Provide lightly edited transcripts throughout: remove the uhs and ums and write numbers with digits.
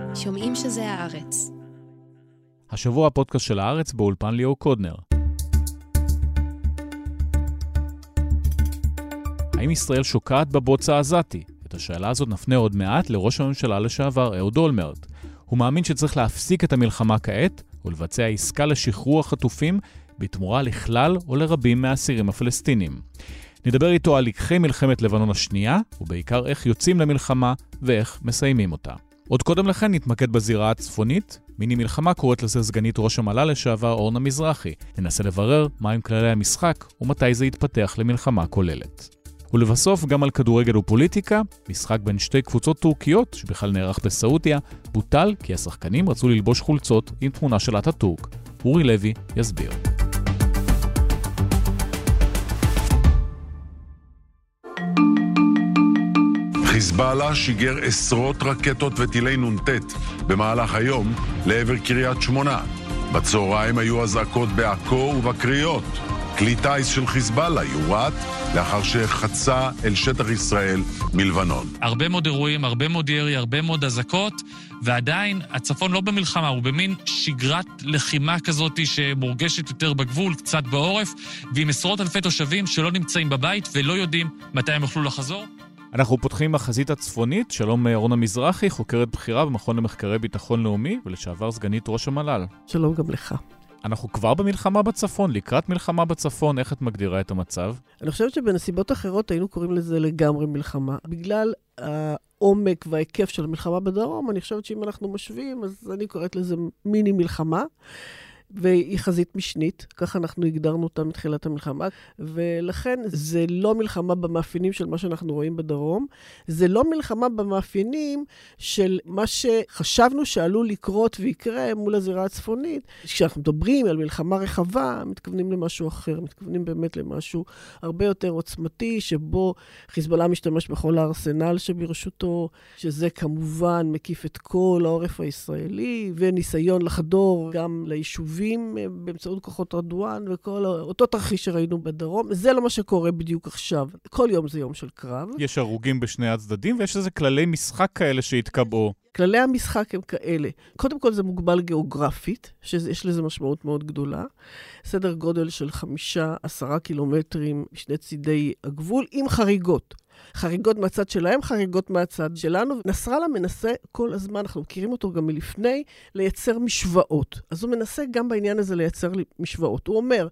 שומעים שזה הארץ. השבוע הפודקאסט של הארץ באולפן ליאור קודנר. האם ישראל שוקעת בבוץ העזתי? את השאלה הזאת נפנה עוד מעט לראש הממשלה לשעבר אהוד אולמרט. הוא מאמין שצריך להפסיק את המלחמה כעת ולבצע עסקה לשחרור החטופים בתמורה לכלל או לרבים מהאסירים הפלסטינים. נדבר איתו על לקחי מלחמת לבנון השנייה, ובעיקר איך יוצאים למלחמה ואיך מסיימים אותה. עוד קודם לכן נתמקד בזירה הצפונית. מיני מלחמה קוראת לזה סגנית ראש המל"ל לשעבר אורנה מזרחי. ננסה לברר מהם כללי המשחק ומתי זה יתפתח למלחמה כוללת. ולבסוף גם על כדורגל ופוליטיקה, משחק בין שתי קבוצות טורקיות שבכלל נערך בסעודיה, בוטל כי השחקנים רצו ללבוש חולצות עם תמונה של אטאטורק. אורי לוי יסביר. חיזבאללה שיגר עשרות רקטות וטילי נונטט במהלך היום לעבר קריית שמונה. בצהריים היו אזעקות בעכו ובקריות. כלי טייס של חיזבאללה יורט לאחר שחצה אל שטח ישראל מלבנון. הרבה מאוד אירועים, הרבה מאוד ירי, הרבה מאוד אזעקות, ועדיין הצפון לא במלחמה, הוא במין שגרת לחימה כזאת שמורגשת יותר בגבול, קצת בעורף, ועם עשרות אלפי תושבים שלא נמצאים בבית ולא יודעים מתי הם יוכלו לחזור. אנחנו פותחים החזית הצפונית. שלום אורנה מזרחי, חוקרת בכירה במכון למחקרי ביטחון לאומי ולשעבר סגנית ראש המל"ל. שלום גם לך. אנחנו כבר במלחמה בצפון, לקראת מלחמה בצפון, איך את מגדירה את המצב? אני חושבת שבנסיבות אחרות היינו קוראים לזה לגמרי מלחמה. בגלל העומק וההיקף של המלחמה בדרום, אני חושבת שאם אנחנו משווים, אז אני קוראת לזה מיני מלחמה. והיא חזית משנית, ככה אנחנו הגדרנו אותה מתחילת המלחמה, ולכן זה לא מלחמה במאפיינים של מה שאנחנו רואים בדרום, זה לא מלחמה במאפיינים של מה שחשבנו שעלול לקרות ויקרה מול הזירה הצפונית. כשאנחנו מדברים על מלחמה רחבה, מתכוונים למשהו אחר, מתכוונים באמת למשהו הרבה יותר עוצמתי, שבו חיזבאללה משתמש בכל הארסנל שברשותו, שזה כמובן מקיף את כל העורף הישראלי, וניסיון לחדור גם ליישובים, באמצעות כוחות רדואן וכל אותו תרחיש שראינו בדרום. זה לא מה שקורה בדיוק עכשיו. כל יום זה יום של קרב. יש הרוגים בשני הצדדים ויש איזה כללי משחק כאלה שהתקבעו. כללי המשחק הם כאלה. קודם כל זה מוגבל גיאוגרפית, שיש לזה משמעות מאוד גדולה. סדר גודל של 5-10 קילומטרים משני צידי הגבול עם חריגות. חריגות מהצד שלהם, חריגות מהצד שלנו. נסראללה מנסה כל הזמן, אנחנו מכירים אותו גם מלפני, לייצר משוואות. אז הוא מנסה גם בעניין הזה לייצר משוואות. הוא אומר,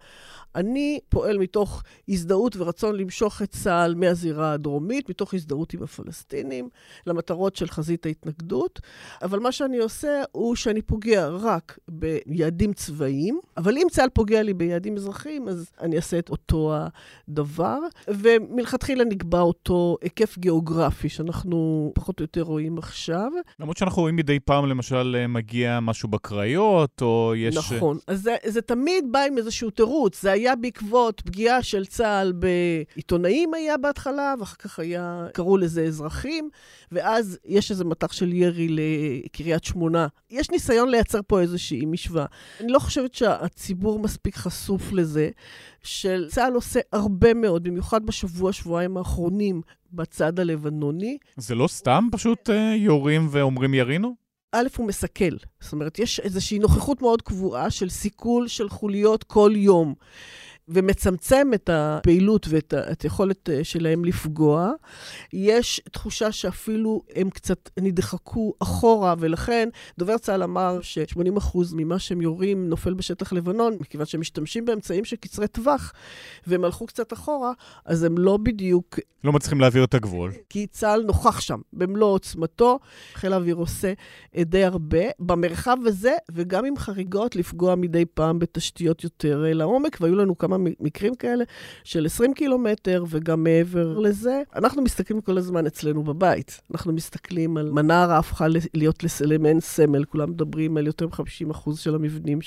אני פועל מתוך הזדהות ורצון למשוך את צה"ל מהזירה הדרומית, מתוך הזדהות עם הפלסטינים, למטרות של חזית ההתנגדות, אבל מה שאני עושה הוא שאני פוגע רק ביעדים צבאיים, אבל אם צה"ל פוגע לי ביעדים אזרחיים, אז אני אעשה את אותו הדבר, ומלכתחילה נקבע אותו היקף גיאוגרפי, שאנחנו פחות או יותר רואים עכשיו. למרות שאנחנו רואים מדי פעם, למשל, מגיע משהו בקריות, או יש... נכון, אז זה תמיד בא עם איזשהו תירוץ, זה היה בעקבות פגיעה של צה"ל בעיתונאים היה בהתחלה, ואחר כך קראו לזה אזרחים, ואז יש איזה מטח של ירי לקריית שמונה. יש ניסיון לייצר פה איזושהי משוואה. אני לא חושבת שהציבור מספיק חשוף לזה, של צה"ל עושה הרבה מאוד, במיוחד שבועיים האחרונים בצד הלבנוני. זה לא סתם פשוט יורים ואומרים ירינו? א' הוא מסכל. זאת אומרת, יש איזושהי נוכחות מאוד קבועה של סיכול של חוליות כל יום, ומצמצם את הפעילות ואת היכולת שלהם לפגוע. יש תחושה שאפילו הם קצת נדחקו אחורה, ולכן דובר צה"ל אמר ש80% ממה שהם יורים נופל בשטח לבנון, מכיוון שהם משתמשים באמצעים של קצרי טווח, והם הלכו קצת אחורה, אז הם לא בדיוק... לא מצליחים להעביר את הגבול. כי צה"ל נוכח שם, במלוא עוצמתו, חיל האוויר עושה די הרבה, במרחב הזה, וגם עם חריגות לפגוע מדי פעם בתשתיות יותר לעומק, והיו לנו כמה מקרים כאלה של 20 קילומטר, וגם מעבר לזה. אנחנו מסתכלים כל הזמן אצלנו בבית. אנחנו מסתכלים על מנרה הפכה להיות לסלמן סמל, כולם מדברים על יותר מ-50% של המבנים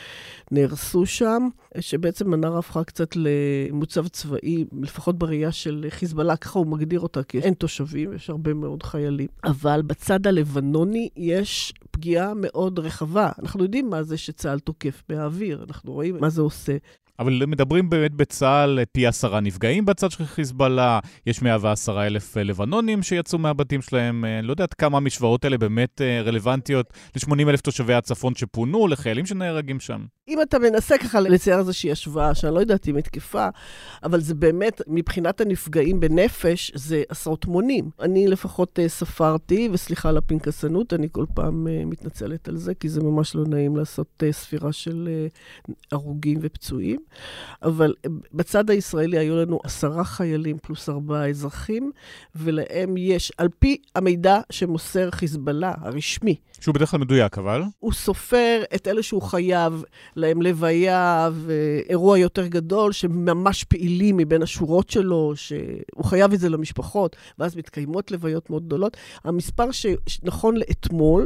שנהרסו שם, שבעצם מנרה הפכה קצת למוצב צבאי, לפחות בראייה של חיזבאללה, ככה הוא מגדיר אותה, כי אין תושבים, יש הרבה מאוד חיילים. אבל בצד הלבנוני יש פגיעה מאוד רחבה. אנחנו יודעים מה זה שצה"ל תוקף באוויר, אנחנו רואים מה זה עושה. אבל מדברים באמת בצה"ל פי 10 נפגעים בצד של חיזבאללה, יש 110,000 לבנונים שיצאו מהבתים שלהם, לא יודעת כמה המשוואות האלה באמת רלוונטיות ל-80,000 תושבי הצפון שפונו, לחיילים שנהרגים שם. אם אתה מנסה ככה לצייר איזושהי השוואה, שאני לא יודעת אם מתקפה, אבל זה באמת, מבחינת הנפגעים בנפש, זה עשרות מונים. אני לפחות ספרתי, וסליחה על הפנקסנות, אני כל פעם מתנצלת על זה, כי זה ממש לא נעים לעשות ספירה של הרוגים ופצועים. אבל בצד הישראלי היו לנו 10 חיילים פלוס 4 אזרחים, ולהם יש, על פי המידע שמוסר חיזבאללה, הרשמי. שהוא בדרך כלל מדויק, אבל? הוא סופר את אלה שהוא חייב להם לוויה ואירוע יותר גדול, שממש פעילים מבין השורות שלו, שהוא חייב את זה למשפחות, ואז מתקיימות לוויות מאוד גדולות. המספר שנכון לאתמול,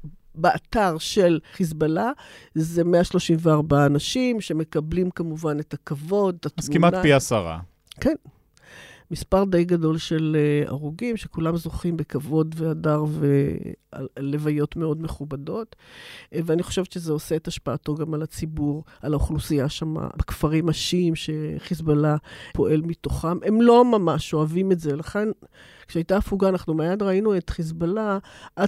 באתר של חיזבאללה, זה 134 אנשים שמקבלים כמובן את הכבוד, את התמונה. אז כמעט פי 10. כן. מספר די גדול של הרוגים, שכולם זוכים בכבוד והדר ולוויות מאוד מכובדות. ואני חושבת שזה עושה את השפעתו גם על הציבור, על האוכלוסייה שם, בכפרים השיעים שחיזבאללה פועל מתוכם. הם לא ממש אוהבים את זה, לכן כשהייתה הפוגה, אנחנו מיד ראינו את חיזבאללה,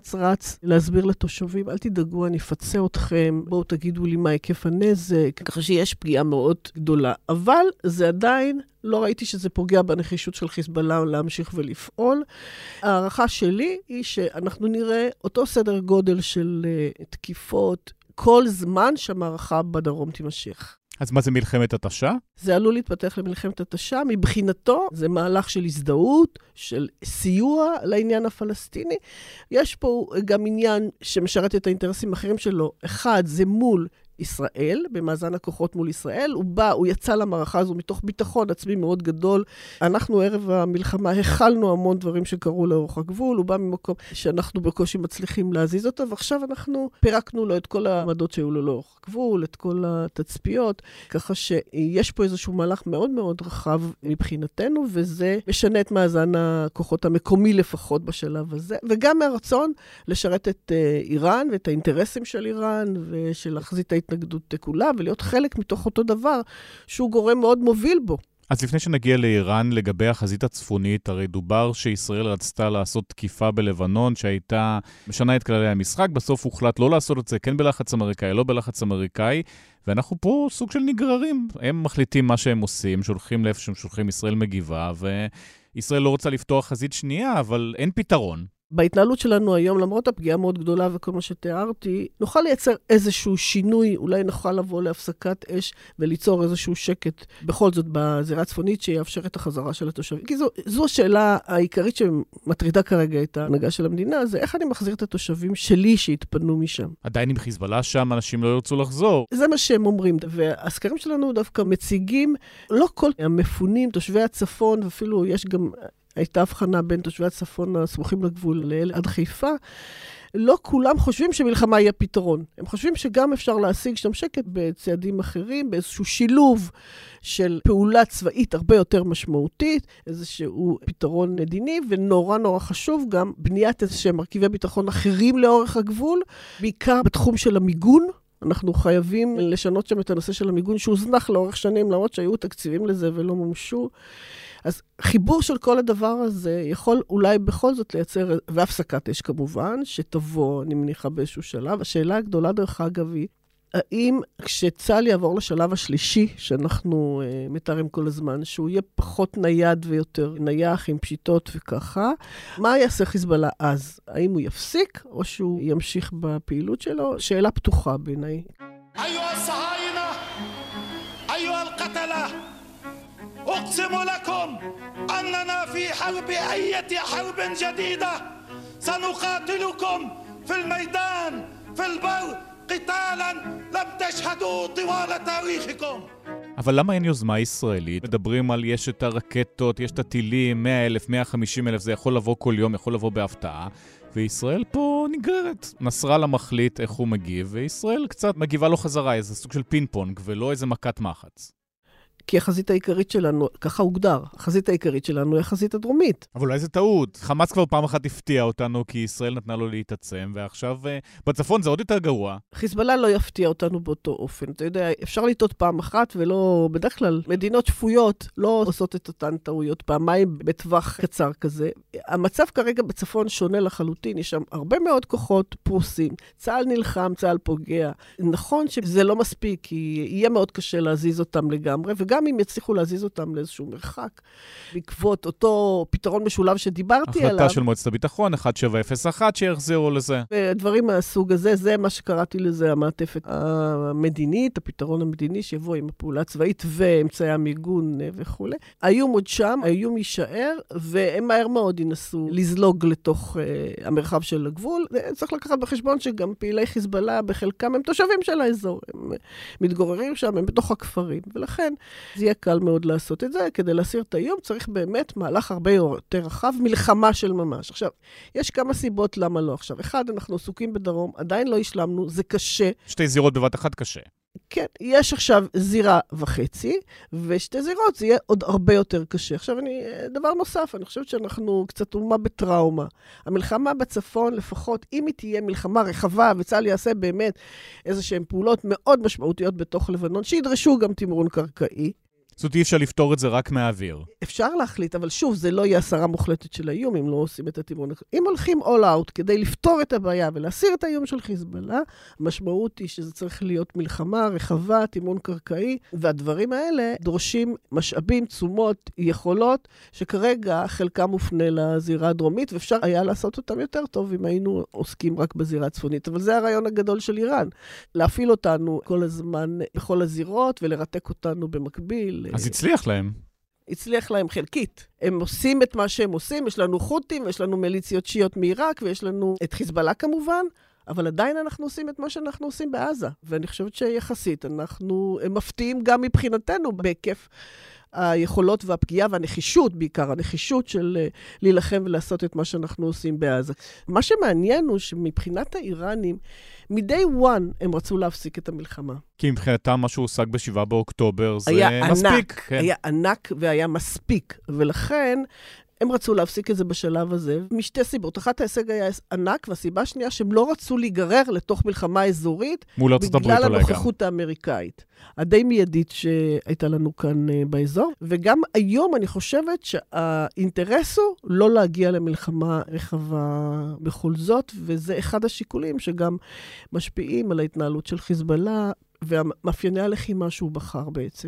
רץ להסביר לתושבים, אל תדאגו, אני אפצה אתכם, בואו תגידו לי מה היקף הנזק, ככה שיש פגיעה מאוד גדולה. אבל זה עדיין, לא ראיתי שזה פוגע בנחישות של חיזבאללה להמשיך ולפעול. הערכה שלי היא שאנחנו נראה אותו סדר גודל של תקיפות, כל זמן שהמערכה בדרום תימשך. אז מה זה מלחמת התשה? זה עלול להתפתח למלחמת התשה. מבחינתו זה מהלך של הזדהות, של סיוע לעניין הפלסטיני. יש פה גם עניין שמשרת את האינטרסים האחרים שלו. אחד, זה מול ישראל, במאזן הכוחות מול ישראל. הוא יצא למערכה הזו מתוך ביטחון עצמי מאוד גדול. אנחנו ערב המלחמה החלנו המון דברים שקרו לאורך הגבול. הוא בא ממקום שאנחנו בקושי מצליחים להזיז אותו, ועכשיו אנחנו פירקנו לו את כל העמדות שהיו לו לאורך הגבול, את כל התצפיות, ככה שיש פה איזשהו מהלך מאוד מאוד רחב מבחינתנו, וזה משנה את מאזן הכוחות המקומי לפחות בשלב הזה, וגם מהרצון לשרת את איראן ואת האינטרסים של איראן ושל להחזית ההתנגדות כולה, ולהיות חלק מתוך אותו דבר שהוא גורם מאוד מוביל בו. אז לפני שנגיע לאיראן, לגבי החזית הצפונית, הרי דובר שישראל רצתה לעשות תקיפה בלבנון, שהייתה משנה את כללי המשחק, בסוף הוחלט לא לעשות את זה, כן בלחץ אמריקאי, לא בלחץ אמריקאי, ואנחנו פה סוג של נגררים. הם מחליטים מה שהם עושים, שולחים לאיפה שהם שולחים, ישראל מגיבה, וישראל לא רוצה לפתוח חזית שנייה, אבל אין פתרון. בהתנהלות שלנו היום, למרות הפגיעה מאוד גדולה וכל מה שתיארתי, נוכל לייצר איזשהו שינוי, אולי נוכל לבוא להפסקת אש וליצור איזשהו שקט, בכל זאת בזירה הצפונית שיאפשר את החזרה של התושבים. כי זו השאלה העיקרית שמטרידה כרגע את ההנהגה של המדינה, זה איך אני מחזיר את התושבים שלי שהתפנו משם. עדיין עם חיזבאללה שם אנשים לא ירצו לחזור. זה מה שהם אומרים, והסקרים שלנו דווקא מציגים, לא כל המפונים, תושבי הצפון, ואפילו יש גם הייתה הבחנה בין תושבי הצפון הסמוכים לגבול לאלה עד חיפה, לא כולם חושבים שמלחמה יהיה פתרון. הם חושבים שגם אפשר להשיג שם שקט בצעדים אחרים, באיזשהו שילוב של פעולה צבאית הרבה יותר משמעותית, איזשהו פתרון מדיני, ונורא נורא חשוב גם בניית איזשהם מרכיבי ביטחון אחרים לאורך הגבול, בעיקר בתחום של המיגון. אנחנו חייבים לשנות שם את הנושא של המיגון, שהוזנח לאורך שנים, למרות שהיו תקציבים לזה ולא מומשו. אז חיבור של כל הדבר הזה יכול אולי בכל זאת לייצר, והפסקת אש כמובן, שתבוא, אני מניחה באיזשהו שלב. השאלה הגדולה דרך אגב היא, האם כשצה"ל יעבור לשלב השלישי, שאנחנו מתארים כל הזמן, שהוא יהיה פחות נייד ויותר נייח עם פשיטות וככה, מה יעשה חיזבאללה אז? האם הוא יפסיק או שהוא ימשיך בפעילות שלו? שאלה פתוחה בעיניי. أيها الصهاينة أيها القتلة أقسم لكم أننا في حرب أية حرب جديدة سنقاتلكم في الميدان في البر قتالا لم تشهدوا طوال تاريخكم. אבל למה אין יוזמה ישראלית? מדברים על יש את הרקטות, יש את הטילים, 100,000, 150,000, זה יכול לבוא כל יום, יכול לבוא בהפתעה. וישראל פה נגררת. נסראללה מחליט איך הוא מגיב, וישראל קצת מגיבה לו חזרה, איזה סוג של פינג פונג, ולא איזה מכת מחץ. כי החזית העיקרית שלנו, ככה הוגדר, החזית העיקרית שלנו היא החזית הדרומית. אבל אולי זה טעות. חמאס כבר פעם אחת הפתיע אותנו, כי ישראל נתנה לו להתעצם, ועכשיו בצפון זה עוד יותר גרוע. חיזבאללה לא יפתיע אותנו באותו אופן. אתה יודע, אפשר לטעות פעם אחת, ולא, בדרך כלל, מדינות שפויות לא עושות את אותן טעויות פעמיים בטווח קצר כזה. המצב כרגע בצפון שונה לחלוטין, יש שם הרבה מאוד כוחות פרוסים. צה"ל נלחם, צה"ל פוגע. נכון שזה לא מספיק, כי יהיה מאוד קשה להזיז אותם לגמרי, וגם אם יצליחו להזיז אותם לאיזשהו מרחק, בעקבות אותו פתרון משולב שדיברתי עליו. החלטה של מועצת הביטחון, 1701, שיחזירו לזה. דברים מהסוג הזה, זה מה שקראתי לזה, המעטפת המדינית, הפתרון המדיני, שיבוא עם הפעולה הצבאית ואמצעי המיגון וכו'. האיום עוד שם, האיום יישאר, והם מהר מאוד ינסו לזלוג לתוך המרחב של הגבול. צריך לקחת בחשבון שגם פעילי חיזבאללה, בחלקם הם תושבים של האזור. הם מתגוררים שם, הם בתוך הכפרים, ולכן זה יהיה קל מאוד לעשות את זה. כדי להסיר את האיום צריך באמת מהלך הרבה יותר רחב, מלחמה של ממש. עכשיו, יש כמה סיבות למה לא עכשיו. אחד, אנחנו עסוקים בדרום, עדיין לא השלמנו, זה קשה. שתי זירות בבת אחת קשה. כן, יש עכשיו זירה וחצי, ושתי זירות זה יהיה עוד הרבה יותר קשה. עכשיו, דבר נוסף, אני חושבת שאנחנו קצת אומה בטראומה. המלחמה בצפון, לפחות, אם היא תהיה מלחמה רחבה, וצה"ל יעשה באמת איזשהן פעולות מאוד משמעותיות בתוך לבנון, שידרשו גם תמרון קרקעי. זאת אי אפשר לפתור את זה רק מהאוויר. אפשר להחליט, אבל שוב, זה לא יהיה הסרה מוחלטת של האיום, אם לא עושים את התמרון. אם הולכים all out כדי לפתור את הבעיה ולהסיר את האיום של חיזבאללה, המשמעות היא שזה צריך להיות מלחמה רחבה, תמרון קרקעי, והדברים האלה דורשים משאבים, תשומות, יכולות, שכרגע חלקם מופנה לזירה הדרומית, ואפשר היה לעשות אותם יותר טוב אם היינו עוסקים רק בזירה הצפונית. אבל זה הרעיון הגדול של איראן, להפעיל אותנו כל הזמן בכל הזירות ולרתק אותנו במקביל. אז הצליח להם. הצליח להם חלקית. הם עושים את מה שהם עושים, יש לנו חות'ים, יש לנו מיליציות שיעיות מעיראק, ויש לנו את חיזבאללה כמובן, אבל עדיין אנחנו עושים את מה שאנחנו עושים בעזה. ואני חושבת שיחסית, הם מפתיעים גם מבחינתנו בהיקף היכולות והפגיעה והנחישות, בעיקר הנחישות של להילחם ולעשות את מה שאנחנו עושים בעזה. מה שמעניין הוא שמבחינת האיראנים, מדי one הם רצו להפסיק את המלחמה. כי מבחינתם מה שהוא הושג ב7 באוקטובר זה מספיק. ענק, כן. היה ענק והיה מספיק, ולכן הם רצו להפסיק את זה בשלב הזה, משתי סיבות. אחת, ההישג היה ענק, והסיבה השנייה שהם לא רצו להיגרר לתוך מלחמה אזורית, בגלל הנוכחות האמריקאית. הדי מיידית שהייתה לנו כאן באזור. וגם היום אני חושבת שהאינטרס הוא לא להגיע למלחמה רחבה בכל זאת, וזה אחד השיקולים שגם משפיעים על ההתנהלות של חיזבאללה, והמאפייני הלחימה שהוא בחר בעצם.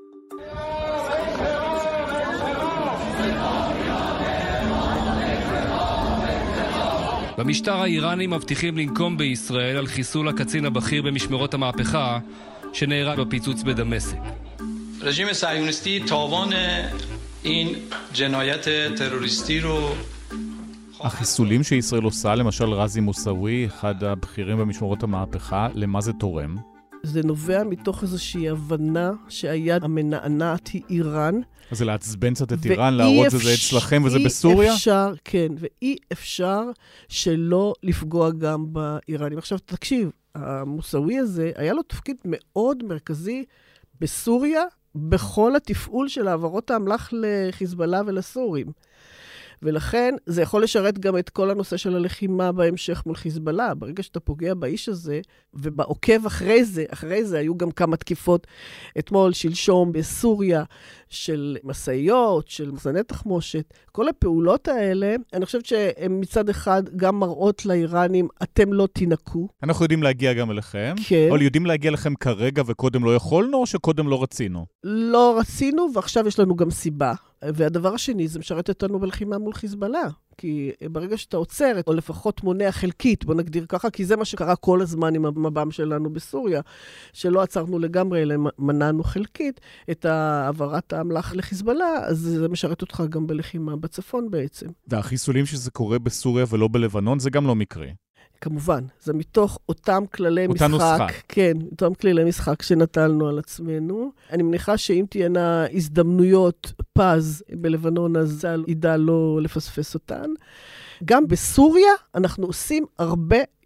במשטר האיראני מבטיחים לנקום בישראל על חיסול הקצין הבכיר במשמרות המהפכה שנהרג בפיצוץ בדמשק. רז'ים סהיוניסטי תאוון אין ג'נאיית טרוריסטי רו... החיסולים שישראל עושה, למשל רזי מוסאווי, אחד הבכירים במשמרות המהפכה, למה זה תורם? זה נובע מתוך איזושהי הבנה שהיד המנענעת היא איראן. אז זה לעצבן קצת את איראן, להראות שזה אצלכם וזה בסוריה? אפשר, כן, ואי אפשר שלא לפגוע גם באיראנים. עכשיו תקשיב, המוסאווי הזה היה לו תפקיד מאוד מרכזי בסוריה, בכל התפעול של העברות האמל"ח לחיזבאללה ולסורים. ולכן זה יכול לשרת גם את כל הנושא של הלחימה בהמשך מול חיזבאללה. ברגע שאתה פוגע באיש הזה, ובעוקב אחרי זה היו גם כמה תקיפות אתמול, שלשום בסוריה, של מסעיות, של מחסני תחמושת. כל הפעולות האלה, אני חושבת שהן מצד אחד גם מראות לאיראנים, אתם לא תינקו. אנחנו יודעים להגיע גם אליכם? כן. או יודעים להגיע לכם כרגע וקודם לא יכולנו, או שקודם לא רצינו? לא רצינו, ועכשיו יש לנו גם סיבה. והדבר השני, זה משרת אותנו בלחימה מול חיזבאללה. כי ברגע שאתה עוצרת, או לפחות מונע חלקית, בוא נגדיר ככה, כי זה מה שקרה כל הזמן עם המב"ם שלנו בסוריה, שלא עצרנו לגמרי, אלא מנענו חלקית את העברת האמל"ח לחיזבאללה, אז זה משרת אותך גם בלחימה בצפון בעצם. והחיסולים שזה קורה בסוריה ולא בלבנון, זה גם לא מקרה. כמובן, זה מתוך אותם כללי משחק. נוסחה. כן, אותם כללי משחק שנטלנו על עצמנו. אני מניחה שאם תהיינה הזדמנויות פז בלבנון, אז צה"ל ידע לא לפספס אותן. גם בסוריה אנחנו עושים הרבה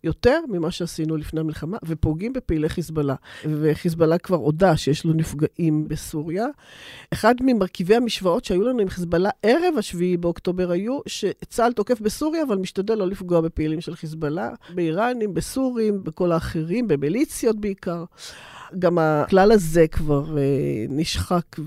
יותר ממה שעשינו לפני המלחמה, ופוגעים בפעילי חיזבאללה. וחיזבאללה כבר הודע שיש לו נפגעים בסוריה. אחד ממרכיבי המשוואות שהיו לנו עם חיזבאללה ערב השביעי באוקטובר היו שצה"ל תוקף בסוריה, אבל משתדל לא לפגוע בפעילים של חיזבאללה, באיראנים, בסורים, בכל האחרים, במיליציות בעיקר. גם הכלל הזה כבר נשחק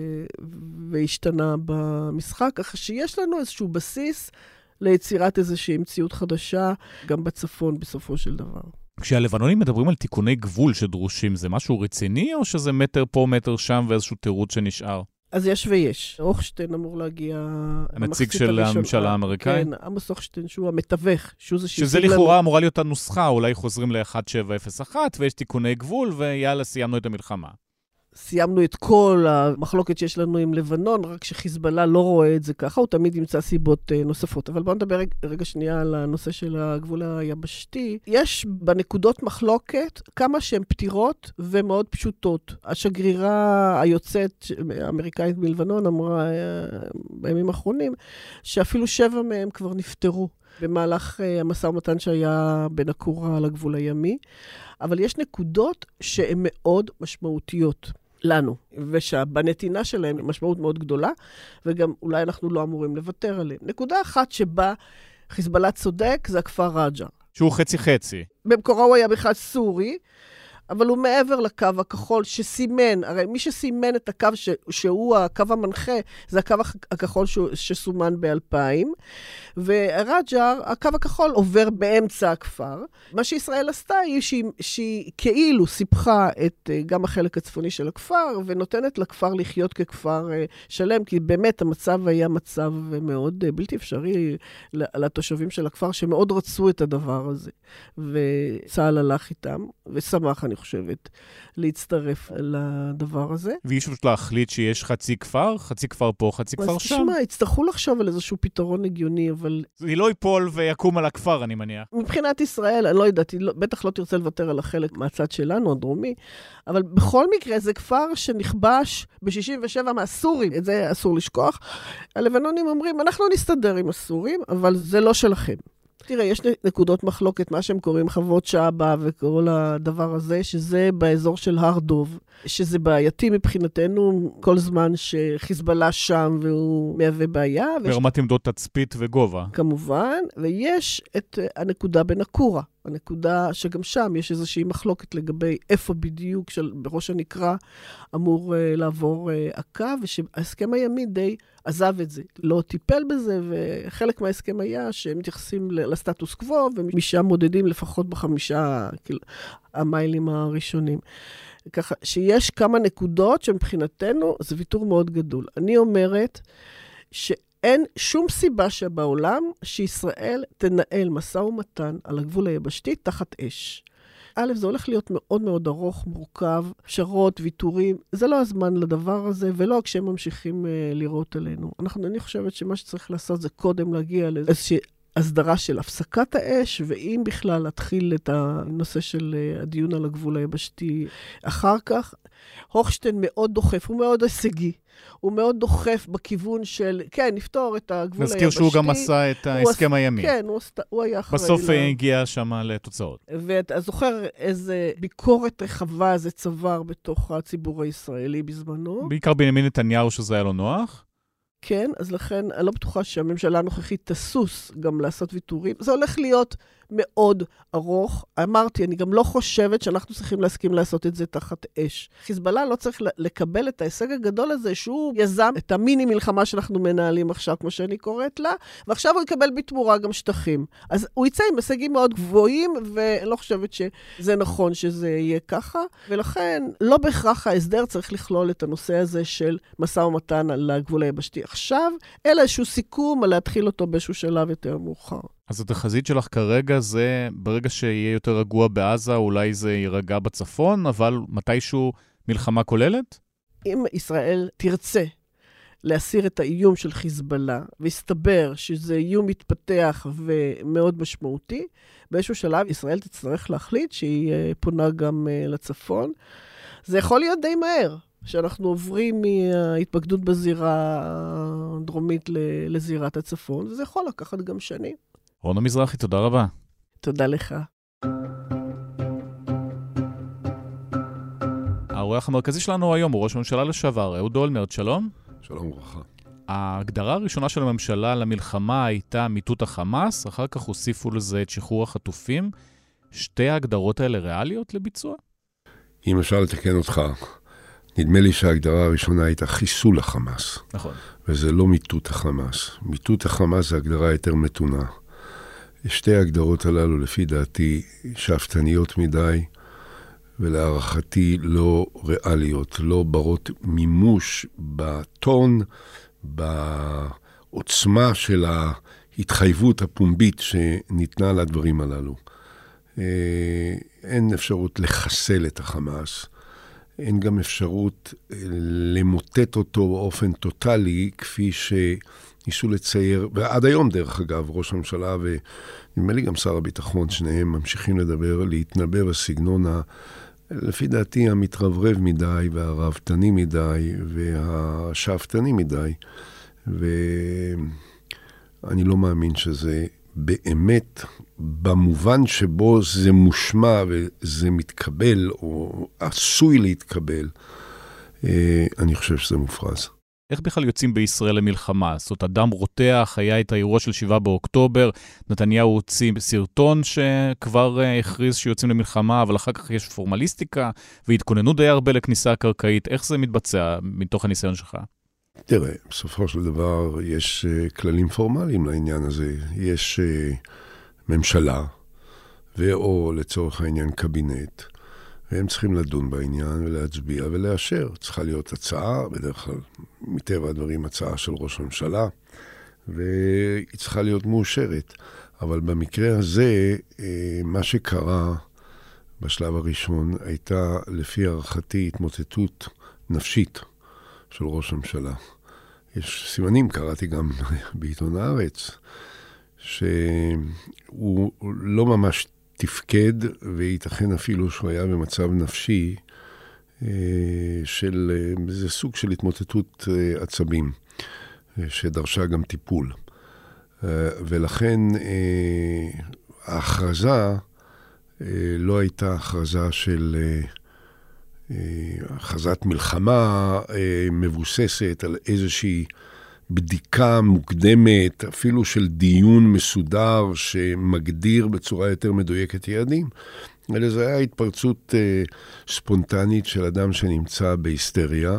והשתנה במשחק, כך שיש לנו איזשהו בסיס ליצירת איזושהי מציאות חדשה, גם בצפון בסופו של דבר. כשהלבנונים מדברים על תיקוני גבול שדרושים, זה משהו רציני, או שזה מטר פה, מטר שם, ואיזשהו תירוץ שנשאר? אז יש ויש. הוכשטיין אמור להגיע... הנציג של הממשלה האמריקאית? כן, עמוס הוכשטיין, שהוא המתווך. שזה לכאורה אמורה להיות הנוסחה, אולי חוזרים ל-1701, ויש תיקוני גבול, ויאללה, סיימנו את המלחמה. סיימנו את כל המחלוקת שיש לנו עם לבנון, רק שחיזבאללה לא רואה את זה ככה, הוא תמיד ימצא סיבות נוספות. אבל בואו נדבר רגע שנייה על הנושא של הגבול היבשתי. יש בנקודות מחלוקת כמה שהן פתירות ומאוד פשוטות. השגרירה היוצאת האמריקאית מלבנון אמרה בימים האחרונים, שאפילו 7 מהם כבר נפטרו במהלך המשא ומתן שהיה בין הקורה לגבול הימי. אבל יש נקודות שהן מאוד משמעותיות לנו, ושבנתינה שלהם היא משמעות מאוד גדולה, וגם אולי אנחנו לא אמורים לוותר עליהם. נקודה אחת שבה חיזבאללה צודק, זה הכפר רג'ה. שהוא חצי-חצי. במקורו הוא היה בכלל סורי, אבל הוא מעבר לקו הכחול שסימן, הרי מי שסימן את הקו שהוא הקו המנחה, זה הקו הכחול שסומן ב-2000, ורג'ר, הקו הכחול עובר באמצע הכפר. מה שישראל עשתה היא שהיא כאילו סיפחה את גם החלק הצפוני של הכפר, ונותנת לכפר לחיות ככפר שלם, כי באמת המצב היה מצב מאוד בלתי אפשרי לתושבים של הכפר, שמאוד רצו את הדבר הזה. וצה"ל הלך איתם, ושמח, אני חושבת, להצטרף לדבר הזה. ואי אפשר להחליט שיש חצי כפר פה, חצי כפר שם. אז תשמע, יצטרכו לחשוב על איזשהו פתרון הגיוני, אבל... זה לא ייפול ויקום על הכפר, אני מניח. מבחינת ישראל, אני לא יודעת, בטח לא תרצה לוותר על החלק מהצד שלנו, הדרומי, אבל בכל מקרה זה כפר שנכבש ב-67 מהסורים, את זה אסור לשכוח. הלבנונים אומרים, אנחנו נסתדר עם הסורים, אבל זה לא שלכם. תראה, יש נקודות מחלוקת, מה שהם קוראים חוות שעבה וכל הדבר הזה, שזה באזור של הר דוב, שזה בעייתי מבחינתנו כל זמן שחיזבאללה שם והוא מהווה בעיה. ברמת עמדות תצפית וגובה. כמובן, ויש את הנקודה בנקורה, הנקודה שגם שם יש איזושהי מחלוקת לגבי איפה בדיוק בראש הנקרה אמור לעבור הקו, ושההסכם הימי די עזב את זה, לא טיפל בזה, וחלק מההסכם היה שהם מתייחסים לסטטוס קוו, ומשם מודדים לפחות ב5 המיילים הראשונים. ככה שיש כמה נקודות שמבחינתנו זה ויתור מאוד גדול. אני אומרת שאין שום סיבה שבעולם שישראל תנהל משא ומתן על הגבול היבשתי תחת אש. א', זה הולך להיות מאוד מאוד ארוך, מורכב, פשרות, ויתורים. זה לא הזמן לדבר הזה, ולא כשהם ממשיכים לראות עלינו. אני חושבת שמה שצריך לעשות זה קודם להגיע לאיזושהי הסדרה של הפסקת האש, ואם בכלל להתחיל את הנושא של הדיון על הגבול היבשתי אחר כך. הוכשטיין מאוד דוחף, הוא מאוד הישגי. הוא מאוד דוחף בכיוון של, כן, נפתור את הגבול היבשתי. נזכיר שהוא גם עשה את ההסכם הימי. כן, הוא היה אחראי. בסוף הגיע שם לתוצאות. ואתה זוכר איזה ביקורת רחבה זה צבר בתוך הציבור הישראלי בזמנו. בעיקר בנימין נתניהו שזה היה לו נוח. כן, אז לכן אני לא בטוחה שהממשלה הנוכחית תסוס גם לעשות ויתורים. זה הולך להיות מאוד ארוך. אמרתי, אני גם לא חושבת שאנחנו צריכים להסכים לעשות את זה תחת אש. חיזבאללה לא צריך לקבל את ההישג הגדול הזה, שהוא יזם את המיני מלחמה שאנחנו מנהלים עכשיו, כמו שאני קוראת לה, ועכשיו הוא יקבל בתמורה גם שטחים. אז הוא יצא עם הישגים מאוד גבוהים, ואני לא חושבת שזה נכון שזה יהיה ככה, ולכן לא בהכרח ההסדר צריך לכלול את הנושא הזה של משא ומתן על הגבול היבשתי עכשיו, אלא איזשהו סיכום על להתחיל אותו באיזשהו שלב יותר מאוחר. אז התחזית שלך כרגע זה, ברגע שיהיה יותר רגוע בעזה, אולי זה יירגע בצפון, אבל מתישהו מלחמה כוללת? אם ישראל תרצה להסיר את האיום של חיזבאללה, והסתבר שזה איום מתפתח ומאוד משמעותי, באיזשהו שלב ישראל תצטרך להחליט שהיא פונה גם לצפון. זה יכול להיות די מהר, שאנחנו עוברים מההתפקדות בזירה הדרומית לזירת הצפון, וזה יכול לקחת גם שנים. רונה מזרחי, תודה רבה. תודה לך. האורח המרכזי שלנו היום הוא ראש הממשלה לשעבר, אהוד אולמרט. שלום. שלום וברכה. ההגדרה הראשונה של הממשלה למלחמה הייתה מיטוט החמאס, אחר כך הוסיפו לזה את שחרור החטופים. שתי ההגדרות האלה ריאליות לביצוע? אם אפשר לתקן אותך, נדמה לי שההגדרה הראשונה הייתה חיסול החמאס. נכון. וזה לא מיטוט החמאס. מיטוט החמאס זה הגדרה יותר מתונה. שתי ההגדרות הללו, לפי דעתי, שאפתניות מדי, ולהערכתי לא ריאליות, לא ברות מימוש בטון, בעוצמה של ההתחייבות הפומבית שניתנה לדברים הללו. אין אפשרות לחסל את החמאס, אין גם אפשרות למוטט אותו באופן טוטלי, כפי שניסו לצייר, ועד היום דרך אגב, ראש הממשלה ונדמה לי גם שר הביטחון, שניהם ממשיכים להתנבא בסגנון לפי דעתי המתרברב מדי והרהבתני מדי והשאפתני מדי, ואני לא מאמין שזה באמת במובן שבו זה מושמע וזה מתקבל או עשוי להתקבל, אני חושב שזה מופרז. איך בכלל יוצאים בישראל למלחמה? זאת אדם רותח, היה את האירוע של 7 באוקטובר, נתניהו הוציא סרטון שכבר הכריז שיוצאים למלחמה, אבל אחר כך יש פורמליסטיקה, והתכוננו די הרבה לכניסה הקרקעית. איך זה מתבצע מתוך הניסיון שלך? תראה, בסופו של דבר יש כללים פורמליים לעניין הזה. יש ממשלה, ואו לצורך העניין קבינט, והם צריכים לדון בעניין ולהצביע ולאשר. צריכה להיות הצעה, בדרך כלל מטבע הדברים הצעה של ראש הממשלה, והיא צריכה להיות מאושרת. אבל במקרה הזה, מה שקרה בשלב הראשון הייתה לפי הערכתי התמוטטות נפשית של ראש הממשלה. יש סימנים, קראתי גם בעיתון הארץ, שהוא לא ממש תפקד, וייתכן אפילו שהוא היה במצב נפשי של איזה סוג של התמוטטות עצבים, שדרשה גם טיפול. ולכן ההכרזה לא הייתה הכרזה של הכרזת מלחמה מבוססת על איזושהי בדיקה מוקדמת, אפילו של דיון מסודר שמגדיר בצורה יותר מדויקת יעדים, אלא זה היה התפרצות ספונטנית של אדם שנמצא בהיסטריה,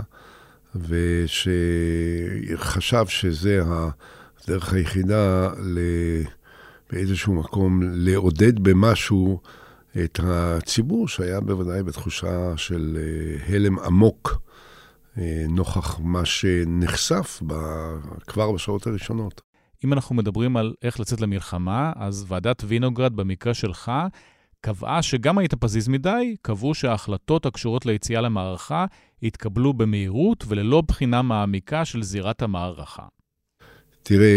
ושחשב שזה הדרך היחידה באיזשהו מקום לעודד במשהו את הציבור, שהיה בוודאי בתחושה של הלם עמוק, נוכח מה שנחשף כבר בשעות הראשונות. אם אנחנו מדברים על איך לצאת למלחמה, אז ועדת וינוגרד במקרה שלך קבעה שגם היית פזיז מדי, קבעו שההחלטות הקשורות ליציאה למערכה התקבלו במהירות וללא בחינה מעמיקה של זירת המערכה. תראה,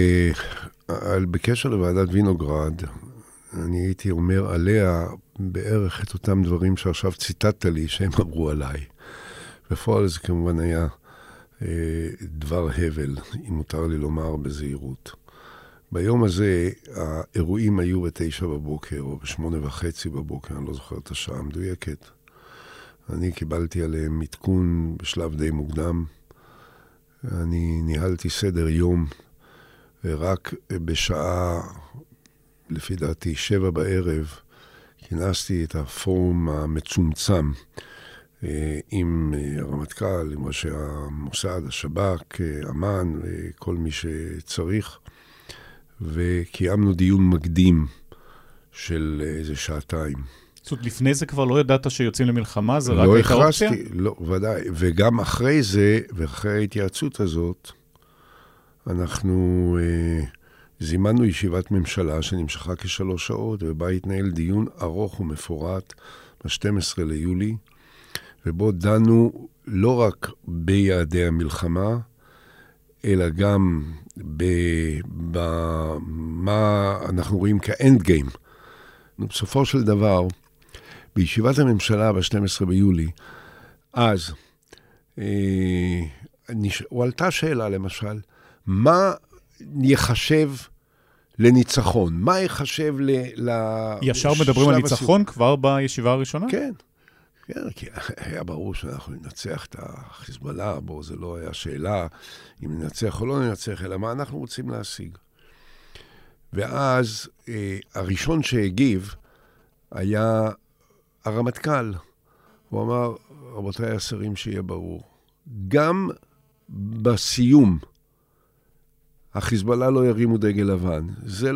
בקשר לוועדת וינוגרד, אני הייתי אומר עליה בערך את אותם דברים שעכשיו ציטטת לי שהם אמרו עליי. בפועל זה כמובן היה דבר הבל, אם מותר לי לומר בזהירות. ביום הזה האירועים היו ב9 בבוקר או ב8:30 בבוקר, אני לא זוכר את השעה המדויקת. אני קיבלתי עליהם עדכון בשלב די מוקדם. אני ניהלתי סדר יום, ורק בשעה, לפי דעתי, 7 בערב, כינסתי את הפורום המצומצם, עם הרמטכ"ל, עם ראשי המוסד, השב"כ, אמן וכל מי שצריך, וקיימנו דיון מקדים של איזה שעתיים. זאת אומרת, לפני זה כבר לא ידעת שיוצאים למלחמה, זה רק הייתה אופציה? לא, ודאי. וגם אחרי זה, ואחרי ההתייעצות הזאת, אנחנו זימנו ישיבת ממשלה שנמשכה כ3 שעות, ובה התנהל דיון ארוך ומפורט ב-12 ליולי, ובו דנו לא רק ביעדי המלחמה, אלא גם במה אנחנו רואים כאנד גיים. בסופו של דבר, בישיבת הממשלה ב-12 ביולי, אז הועלתה שאלה למשל, מה יחשב לניצחון? מה יחשב ישר מדברים על ניצחון כבר בישיבה הראשונה? כן. כן, כי היה ברור שאנחנו ננצח את החיזבאללה, בו זה לא היה שאלה אם ננצח או לא ננצח, אלא מה אנחנו רוצים להשיג. ואז הראשון שהגיב היה הרמטכ"ל. הוא אמר, רבותיי השרים, שיהיה ברור. גם בסיום, החיזבאללה לא ירימו דגל לבן. זה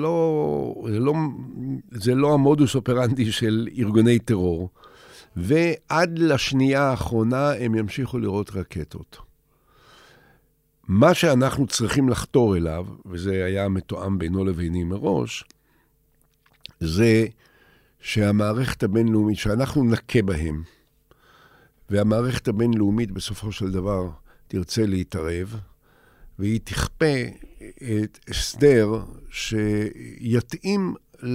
לא המודוס אופרנדי של ארגוני טרור. ועד לשנייה האחרונה הם ימשיכו לראות רקטות. מה שאנחנו צריכים לחתור אליו, וזה היה מתואם בינו לביני מראש, זה שהמערכת הבינלאומית, שאנחנו נקה בהם, והמערכת הבינלאומית בסופו של דבר תרצה להתערב, והיא תכפה את הסדר שיתאים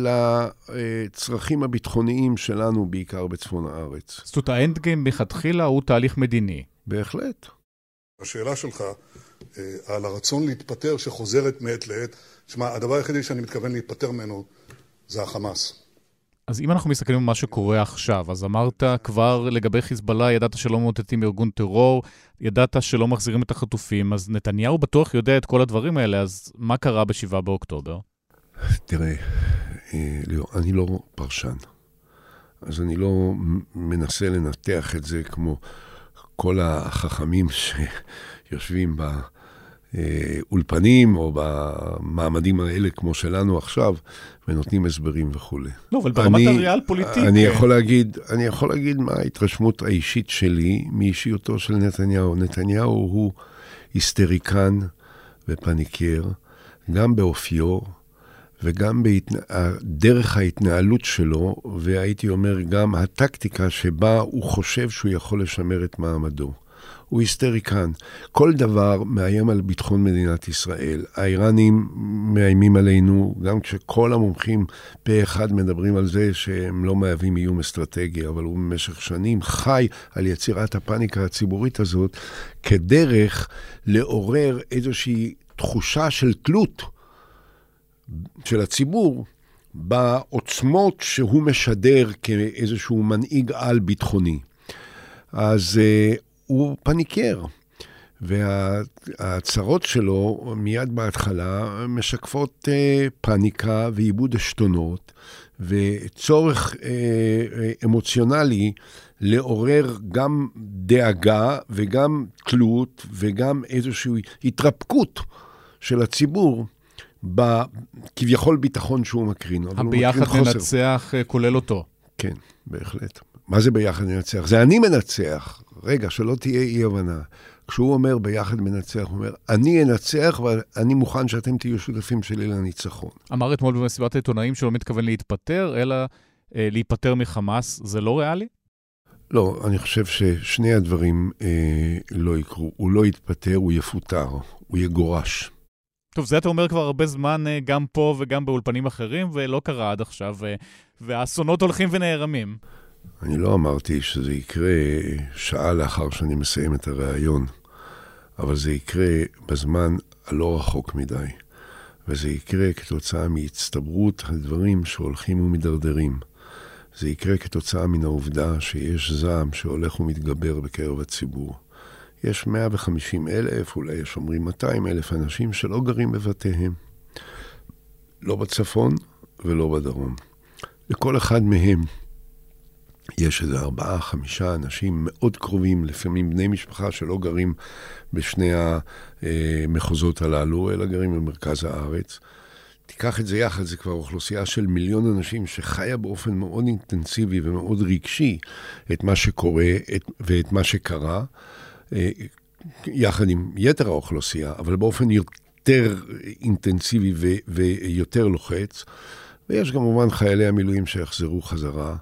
לצרכים הביטחוניים שלנו, בעיקר בצפון הארץ. זאת אומרת, האנד גיים בכתחילה הוא תהליך מדיני. בהחלט. השאלה שלך על הרצון להתפטר שחוזרת מעת לעת, שמה, הדבר היחידי שאני מתכוון להתפטר ממנו זה החמאס. אז אם אנחנו מסתכלים על מה שקורה עכשיו, אז אמרת כבר לגבי חיזבאללה, ידעת שלא מוטטים ארגון טרור, ידעת שלא מחזירים את החטופים, אז נתניהו בטוח יודע את כל הדברים האלה, אז מה קרה ב7 באוקטובר? תראה, אני לא פרשן, אז אני לא מנסה לנתח את זה כמו כל החכמים שיושבים באולפנים או במעמדים האלה כמו שלנו עכשיו, ונותנים הסברים וכו'. לא, אבל ברמת הריאל פוליטית... אני יכול להגיד מה ההתרשמות האישית שלי מאישיותו של נתניהו. נתניהו הוא היסטריקן ופניקר, גם באופיו, וגם דרך ההתנהלות שלו, והייתי אומר גם הטקטיקה שבה הוא חושב שהוא יכול לשמר את מעמדו. הוא היסטריקן. כל דבר מאיים על ביטחון מדינת ישראל. האיראנים מאיימים עלינו, גם כשכל המומחים פה אחד מדברים על זה שהם לא מהווים איום אסטרטגי, אבל הוא במשך שנים חי על יצירת הפאניקה הציבורית הזאת, כדרך לעורר איזושהי תחושה של תלות של הציבור בעוצמות שהוא משדר כאיזשהו מנהיג על ביטחוני. אז הוא פניקר, וההצהרות שלו מיד בהתחלה משקפות פניקה ואיבוד עשתונות, וצורך אמוציונלי לעורר גם דאגה וגם תלות וגם איזושהי התרפקות של הציבור, כביכול ביטחון שהוא מקרין. הביחד ננצח כולל אותו. כן, בהחלט. מה זה ביחד ננצח? זה אני מנצח. רגע, שלא תהיה אי הבנה. כשהוא אומר ביחד מנצח, הוא אומר, אני אנצח ואני מוכן שאתם תהיו שותפים שלי לניצחון. אמר אתמול במסיבת העיתונאים שלא מתכוון להתפטר, אלא להיפטר מחמאס. זה לא ריאלי? לא, אני חושב ששני הדברים לא יקרו. הוא לא יתפטר, הוא יפוטר, הוא יגורש. טוב, זה אתה אומר כבר הרבה זמן, גם פה וגם באולפנים אחרים, ולא קרה עד עכשיו, והאסונות הולכים ונערמים. אני לא אמרתי שזה יקרה שעה לאחר שאני מסיים את הרעיון, אבל זה יקרה בזמן הלא רחוק מדי, וזה יקרה כתוצאה מהצטברות הדברים שהולכים ומדרדרים. זה יקרה כתוצאה מן העובדה שיש זעם שהולך ומתגבר בקרב הציבור. יש 150,000, אולי יש אומרים 200,000 אנשים שלא גרים בבתיהם. לא בצפון ולא בדרום. לכל אחד מהם יש איזה 4-5 אנשים מאוד קרובים, לפעמים בני משפחה שלא גרים בשני המחוזות הללו, אלא גרים במרכז הארץ. תיקח את זה יחד, זה כבר אוכלוסייה של 1,000,000 אנשים שחיה באופן מאוד אינטנסיבי ומאוד רגשי את מה שקורה ואת מה שקרה, יחד עם יתר האוכלוסייה, אבל באופן יותר אינטנסיבי ויותר לוחץ. ויש כמובן חיילי המילואים שיחזרו חזרה.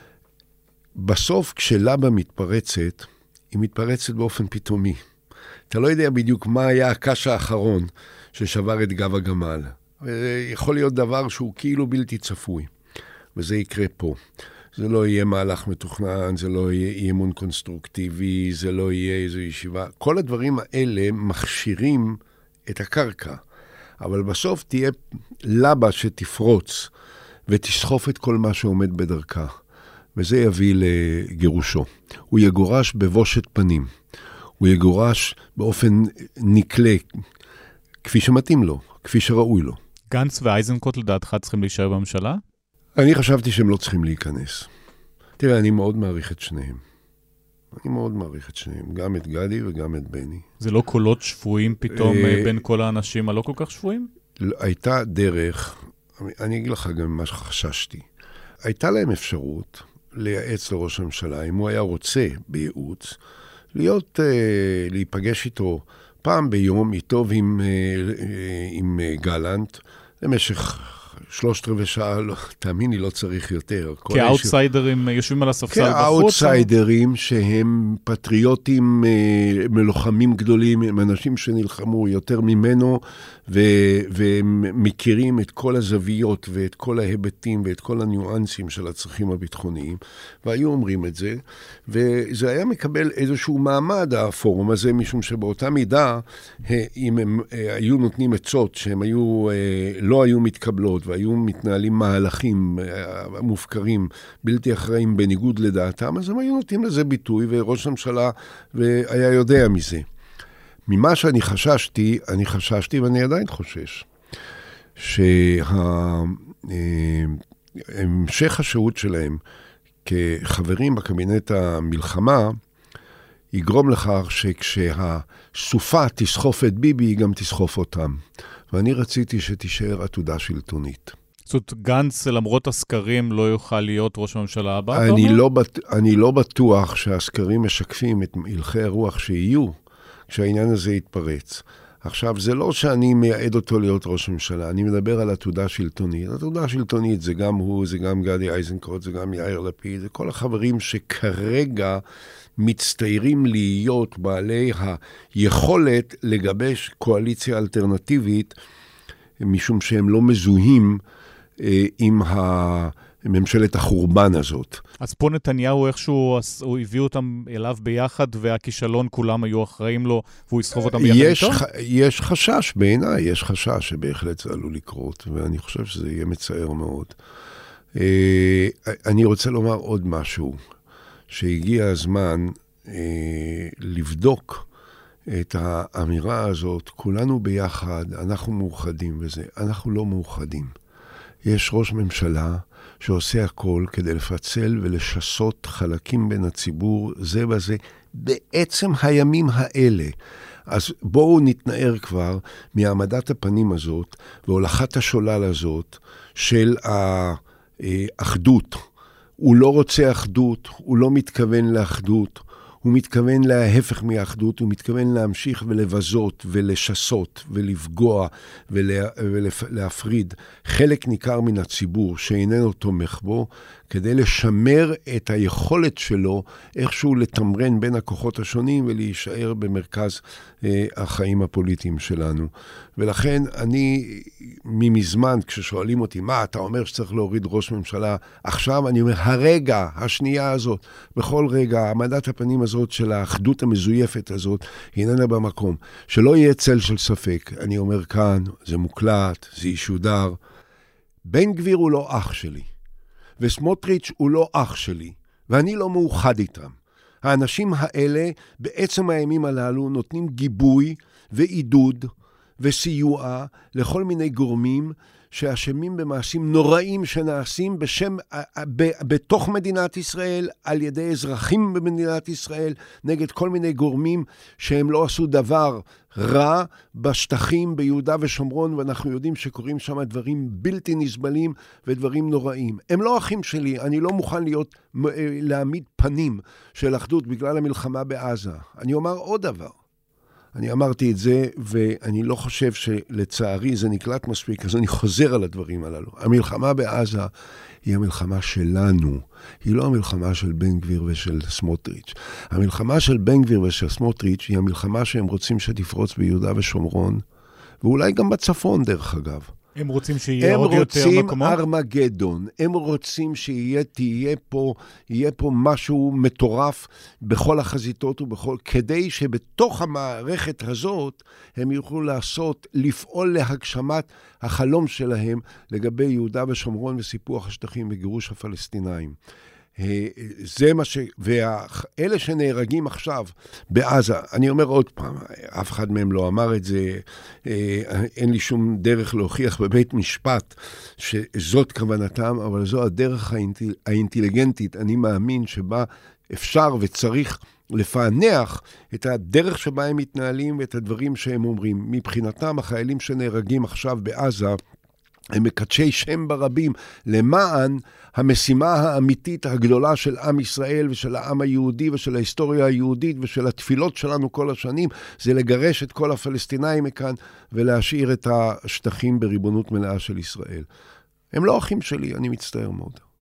בסוף כשלבה מתפרצת, היא מתפרצת באופן פתאומי. אתה לא יודע בדיוק מה היה הקש האחרון ששבר את גב הגמל. יכול להיות דבר שהוא כאילו בלתי צפוי. וזה יקרה פה. זה לא יהיה מהלך מתוכנן, זה לא יהיה אי-אמון קונסטרוקטיבי, זה לא יהיה איזו ישיבה. כל הדברים האלה מכשירים את הקרקע. אבל בסוף תהיה לבה שתפרוץ ותסחוף את כל מה שעומד בדרכה. וזה יביא לגירושו. הוא יגורש בבושת פנים. הוא יגורש באופן נקלה, כפי שמתאים לו, כפי שראוי לו. גנץ ואייזנקוט לדעתך צריכים להישאר בממשלה? אני חשבתי שהם לא צריכים להיכנס. תראה, אני מאוד מעריך את שניהם. גם את גדי וגם את בני. זה לא קולות שפויים פתאום בין כל האנשים הלא כל כך שפויים? הייתה דרך, אני אגיד לך גם מה שחששתי. הייתה להם אפשרות לייעץ לראש הממשלה, אם הוא היה רוצה בייעוץ, להיפגש איתו פעם ביום, איתו עם גלנט, למשך 3/4 שעה, תאמיני, לא צריך יותר. כאוטסיידרים יושבים על הספסל בחוץ? כאוטסיידרים שהם פטריוטים, מלוחמים גדולים, הם אנשים שנלחמו יותר ממנו, והם מכירים את כל הזוויות ואת כל ההיבטים ואת כל הניואנסים של הצרכים הביטחוניים, והיו אומרים את זה, וזה היה מקבל איזשהו מעמד, הפורום הזה, משום שבאותה מידה, אם הם היו נותנים עצות שהם לא היו מתקבלות, והיו מתנהלים מהלכים מופקרים, בלתי אחראים בניגוד לדעתם, אז הם היו נותנים לזה ביטוי, וראש הממשלה היה יודע מזה. ממה שאני חששתי ואני עדיין חושש, שהמשך השהות שלהם כחברים בקבינט המלחמה, יגרום לכך שכשהסופה תסחוף את ביבי, היא גם תסחוף אותם. ואני רציתי שתישאר עתודה שלטונית. זאת אומרת, גנץ, למרות הסקרים, לא יוכל להיות ראש הממשלה הבא? אני לא בטוח שהסקרים משקפים את הלכי הרוח שיהיו, כשהעניין הזה יתפרץ. עכשיו, זה לא שאני מייעד אותו להיות ראש ממשלה, אני מדבר על עתודה שלטונית. עתודה שלטונית זה גם הוא, זה גם גדי איזנקוט, זה גם יאיר לפיד, זה כל החברים שכרגע מצטיירים להיות בעלי היכולת לגבש קואליציה אלטרנטיבית, משום שהם לא מזוהים עם ממשלת החורבן הזאת. אז פה נתניהו איכשהו הביא אותם אליו ביחד, והכישלון כולם היו אחראים לו, והוא יסחוב אותם ביחד איתו? יש חשש בעיניי, יש חשש שבהחלט זה עלול לקרות, ואני חושב שזה יהיה מצער מאוד. אני רוצה לומר עוד משהו, שהגיע הזמן לבדוק את האמירה הזאת, כולנו ביחד, אנחנו מאוחדים וזה, אנחנו לא מאוחדים. יש ראש ממשלה שעושה הכל כדי לפצל ולשסות חלקים בין הציבור זה בזה, בעצם הימים האלה. אז בואו נתנער כבר מעמדת הפנים הזאת, והולכת השולל הזאת של האחדות. הוא לא רוצה אחדות, הוא לא מתכוון לאחדות, הוא מתכוון להפך מהאחדות, הוא מתכוון להמשיך ולבזות ולשסות ולפגוע ולהפריד חלק ניכר מן הציבור שאיננו תומך בו, כדי לשמר את היכולת שלו איכשהו לתמרן בין הכוחות השונים ולהישאר במרכז החיים הפוליטיים שלנו. ולכן אני ממזמן, כששואלים אותי, מה אתה אומר שצריך להוריד ראש ממשלה? עכשיו אני אומר, הרגע, השנייה הזאת, בכל רגע, עמדת הפנים הזאת של האחדות המזויפת הזאת, היא איננה במקום. שלא יהיה צל של ספק. אני אומר כאן, זה מוקלט, זה ישודר. בן גביר הוא לא אח שלי. וסמוטריץ' הוא לא אח שלי, ואני לא מאוחד איתם. האנשים האלה, בעצם הימים הללו, נותנים גיבוי ועידוד וסיוע לכל מיני גורמים שאשמים במעשים נוראים שנעשים בתוך מדינת ישראל, על ידי אזרחים במדינת ישראל, נגד כל מיני גורמים שהם לא עשו דבר רע בשטחים ביהודה ושומרון, ואנחנו יודעים שקוראים שם דברים בלתי נסבלים ודברים נוראים. הם לא אחים שלי, אני לא מוכן להעמיד פנים של אחדות בגלל המלחמה בעזה. אני אומר עוד דבר. אני אמרתי את זה, ואני לא חושב שלצערי זה נקלט מספיק, אז אני חוזר על הדברים הללו. המלחמה בעזה היא המלחמה שלנו, היא לא המלחמה של בן גביר ושל סמוטריץ'. המלחמה של בן גביר ושל סמוטריץ' היא המלחמה שהם רוצים שתפרוץ ביהודה ושומרון, ואולי גם בצפון דרך אגב. הם רוצים שיהיה עוד יותר מקומות? הם רוצים ארמגדון, הם רוצים שיהיה פה משהו מטורף בכל החזיתות כדי שבתוך המערכת הזאת הם יוכלו לפעול להגשמת החלום שלהם לגבי יהודה ושומרון וסיפוח השטחים וגירוש הפלסטינאים. זה מה ואלה שנהרגים עכשיו בעזה, אני אומר עוד פעם, אף אחד מהם לא אמר את זה, אין לי שום דרך להוכיח בבית משפט שזאת כוונתם, אבל זו הדרך האינטליגנטית, אני מאמין שבה אפשר וצריך לפענח את הדרך שבה הם מתנהלים ואת הדברים שהם אומרים. מבחינתם, החיילים שנהרגים עכשיו בעזה, הם מקדשי שם ברבים למען המשימה האמיתית הגדולה של עם ישראל ושל העם היהודי ושל ההיסטוריה היהודית ושל התפילות שלנו כל השנים, זה לגרש את כל הפלסטינאים מכאן ולהשאיר את השטחים בריבונות מלאה של ישראל. הם לא אחים שלי, אני מצטער מאוד.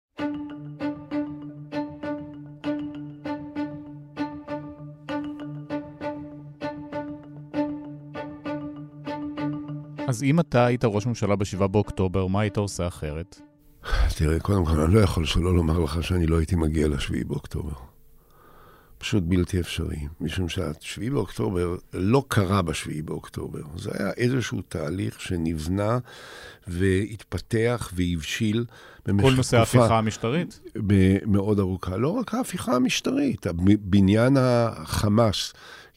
אז אם אתה היית ראש ממשלה ב7 באוקטובר, מה היית עושה אחרת? תראה, קודם כל, אני לא יכול שלא לומר לך שאני לא הייתי מגיע ל7 באוקטובר. פשוט בלתי אפשרי. משום שה7 באוקטובר לא קרה ב7 באוקטובר. זה היה איזשהו תהליך שנבנה והתפתח והבשיל במשך כל נושא ההפיכה המשטרית? מאוד ארוכה. לא רק ההפיכה המשטרית, בניין החמאס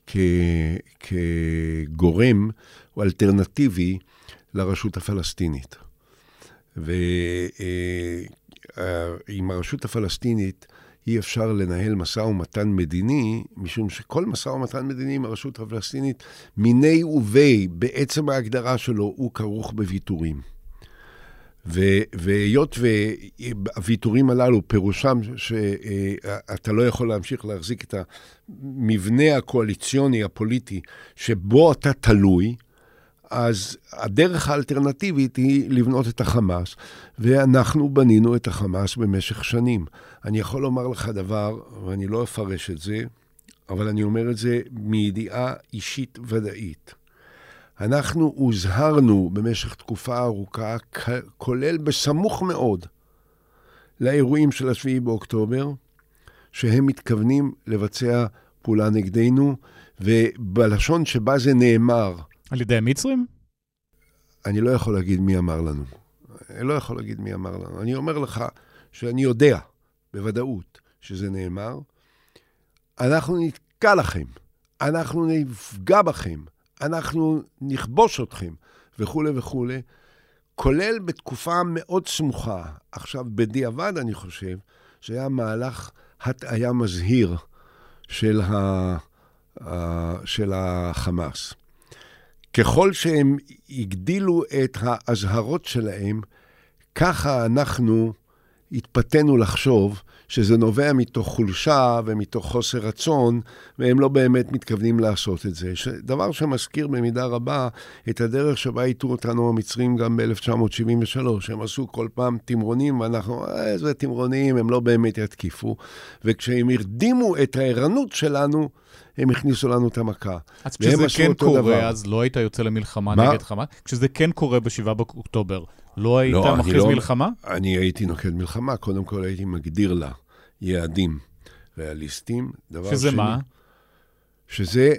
כגורם הוא אלטרנטיבי לרשות הפלסטינית. ועם הרשות הפלסטינית אי אפשר לנהל משא ומתן מדיני, משום שכל משא ומתן מדיני עם הרשות הפלסטינית, מיני ובי, בעצם ההגדרה שלו, הוא כרוך בוויתורים. והיות והוויתורים הללו, פירושם שאתה לא יכול להמשיך להחזיק את המבנה הקואליציוני, הפוליטי, שבו אתה תלוי, אז הדרך האלטרנטיבית היא לבנות את החמאס, ואנחנו בנינו את החמאס במשך שנים. אני יכול לומר לך דבר, ואני לא אפרש את זה, אבל אני אומר את זה מידיעה אישית ודאית. אנחנו הוזהרנו במשך תקופה ארוכה, כולל בסמוך מאוד לאירועים של 7 באוקטובר, שהם מתכוונים לבצע פעולה נגדנו, ובלשון שבה זה נאמר, על ידי המצרים? אני לא יכול להגיד מי אמר לנו. אני אומר לך שאני יודע בוודאות שזה נאמר. אנחנו נתקע לכם. אנחנו נפגע בכם. אנחנו נכבוש אתכם. וכו' וכו'. כולל בתקופה מאוד סמוכה. עכשיו, בדיעבד אני חושב שהיה מהלך הטעיה מזהיר של החמאס. ככל שהם הגדילו את ההזהרות שלהם, ככה אנחנו התפתנו לחשוב שזה נובע מתוך חולשה ומתוך חוסר רצון, והם לא באמת מתכוונים לעשות את זה. דבר שמזכיר במידה רבה את הדרך שבה איתו אותנו המצרים גם ב-1973. הם עשו כל פעם תמרונים, ואנחנו, איזה תמרונים, הם לא באמת יתקיפו. וכשהם הרדימו את הערנות שלנו, הם הכניסו לנו את המכה. אז כשזה כן קורה, אז לא היית יוצא למלחמה נגד חמאס? כשזה כן קורה ב7 באוקטובר, לא היית מכריז מלחמה? אני הייתי נוקט מלחמה, קודם כל הייתי מגדיר לה יעדים ריאליסטיים. שזה מה? שזה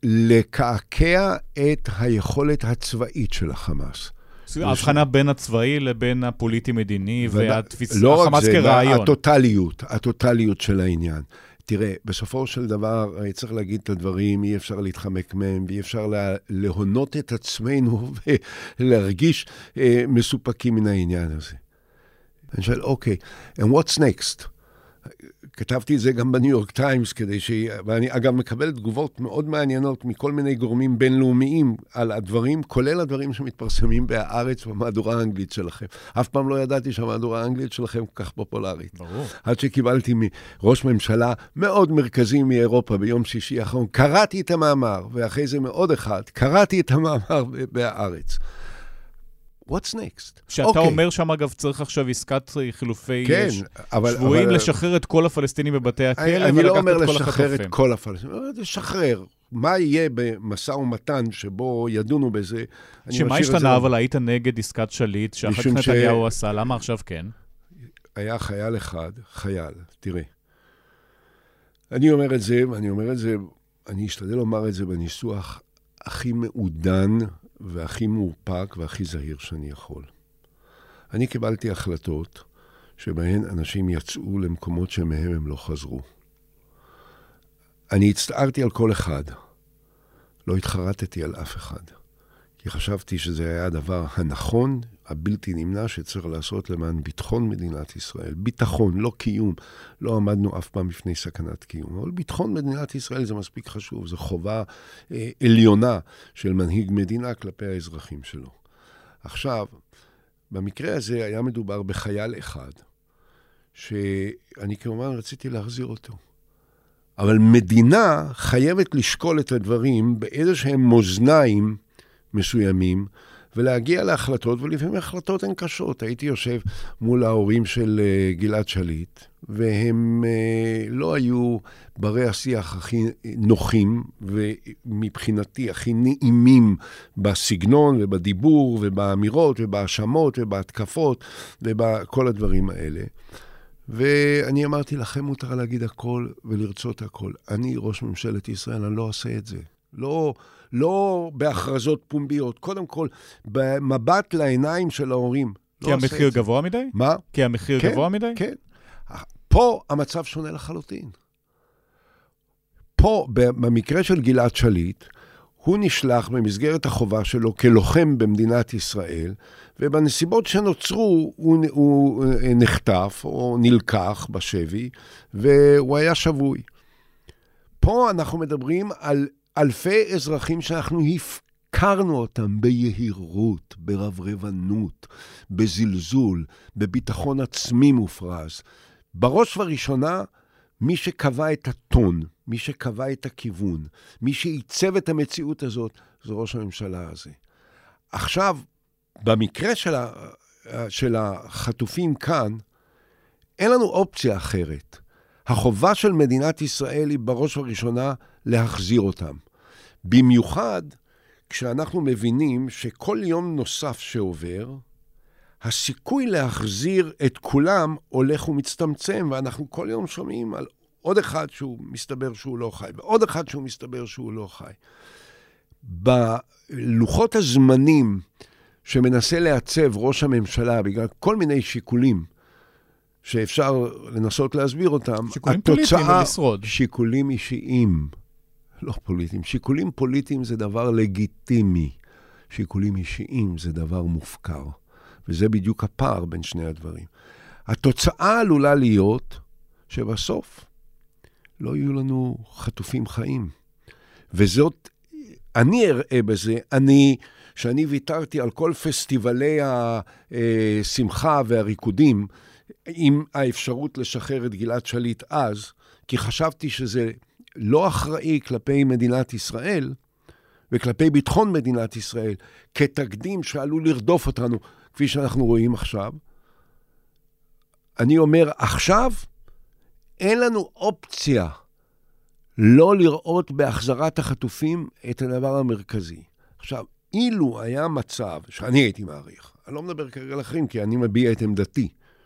לקעקע את היכולת הצבאית של החמאס. ההבחנה בין הצבאי לבין הפוליטי-מדיני והחמאס כרעיון. לא רק זה, הטוטליות של העניין. תראה, בסופו של דבר, צריך להגיד את הדברים, אי אפשר להתחמק מהם, ואי אפשר להונות את עצמנו ולהרגיש מסופקים מן העניין הזה. אני שואל, אוקיי, and what's next? כתבתי את זה גם בניו יורק טיימס, ואני אגב מקבל תגובות מאוד מעניינות מכל מיני גורמים בינלאומיים על הדברים, כולל הדברים שמתפרסמים בהארץ במהדורה האנגלית שלכם. אף פעם לא ידעתי שהמהדורה האנגלית שלכם כל כך פופולרית. ברור. עד שקיבלתי מראש ממשלה מאוד מרכזי מאירופה ביום שישי האחרון, קראתי את המאמר, ואחרי זה מאוד אחד, קראתי את המאמר בהארץ. What's next? שאתה אומר שם, אגב, צריך עכשיו עסקת חילופי שבויים, לשחרר את כל הפלסטינים בבתי הכלא, אני לא אומר לשחרר את כל הפלסטינים, לשחרר. מה יהיה במשא ומתן שבו ידונו בזה? שמה השתנה, אבל היית נגד עסקת שליט, שאחר כך נתניהו עשה, למה עכשיו כן? היה חייל אחד, חייל, תראה. אני אומר את זה, אני אשתדל לומר את זה בניסוח הכי מעודן, והכי מאופק והכי זהיר שאני יכול. אני קיבלתי החלטות שבהן אנשים יצאו למקומות שמהם הם לא חזרו. אני הצטערתי על כל אחד. לא התחרטתי על אף אחד. כי חשבתי שזה היה הדבר הנכון, הבלתי נמנע שצריך לעשות למען ביטחון מדינת ישראל. ביטחון, לא קיום. לא עמדנו אף פעם לפני סכנת קיום. אבל ביטחון מדינת ישראל זה מספיק חשוב. זו חובה עליונה של מנהיג מדינה כלפי האזרחים שלו. עכשיו, במקרה הזה היה מדובר בחייל אחד, שאני כמובן רציתי להחזיר אותו. אבל מדינה חייבת לשקול את הדברים באיזשהם מאזניים מסוימים, ולהגיע להחלטות, ולפעמים החלטות הן קשות. הייתי יושב מול ההורים של גלעד שליט, והם לא היו ברי השיח הכי נוחים, ומבחינתי הכי נעימים בסגנון, ובדיבור, ובאמירות, ובהאשמות, ובהתקפות, ובכל הדברים האלה. ואני אמרתי לכם מותר להגיד הכל ולרצות הכל. אני ראש ממשלת ישראל, אני לא עושה את זה. לא בהכרזות פומביות. קודם כל, במבט לעיניים של ההורים. כי המחיר גבוה מדי? מה? כי המחיר גבוה מדי? כן. פה המצב שונה לחלוטין. פה, במקרה של גלעד שליט, הוא נשלח במסגרת החובה שלו כלוחם במדינת ישראל, ובנסיבות שנוצרו הוא נחטף או נלקח בשבי, והוא היה שבוי. פה אנחנו מדברים על אלפי אזרחים שאנחנו הפקרנו אותם ביהירות, ברברבנות, בזלזול, בביטחון עצמי מופרז. בראש ובראשונה, מי שקבע את הטון, מי שקבע את הכיוון, מי שעיצב את המציאות הזאת, זה ראש הממשלה הזה. עכשיו, במקרה של החטופים כאן, אין לנו אופציה אחרת. החובה של מדינת ישראל היא בראש ובראשונה להחזיר אותם. במיוחד כשאנחנו מבינים שכל יום נוסף שעובר, הסיכוי להחזיר את כולם הולך ומצטמצם, ואנחנו כל יום שומעים על עוד אחד שהוא מסתבר שהוא לא חי, ועוד אחד שהוא מסתבר שהוא לא חי. בלוחות הזמנים שמנסה לעצב ראש הממשלה, בגלל כל מיני שיקולים, שאפשר לנסות להסביר אותם, שיקולים פוליטיים ולשרוד. שיקולים אישיים, לא פוליטיים. שיקולים פוליטיים זה דבר לגיטימי. שיקולים אישיים זה דבר מופקר. וזה בדיוק הפער בין שני הדברים. התוצאה עלולה להיות שבסוף לא יהיו לנו חטופים חיים. וזאת, אני אראה בזה, שאני ויתרתי על כל פסטיבלי השמחה והריקודים, עם האפשרות לשחרר את גלעד שליט אז, כי חשבתי שזה לא אחראי כלפי מדינת ישראל, וכלפי ביטחון מדינת ישראל, כתקדים שעלול לרדוף אותנו, כפי שאנחנו רואים עכשיו. אני אומר, עכשיו אין לנו אופציה לא לראות בהחזרת החטופים את הדבר המרכזי. עכשיו, אילו היה מצב, שאני הייתי מעריך, אני לא מדבר כרגע לאחרים, כי אני מביע את עמדתי,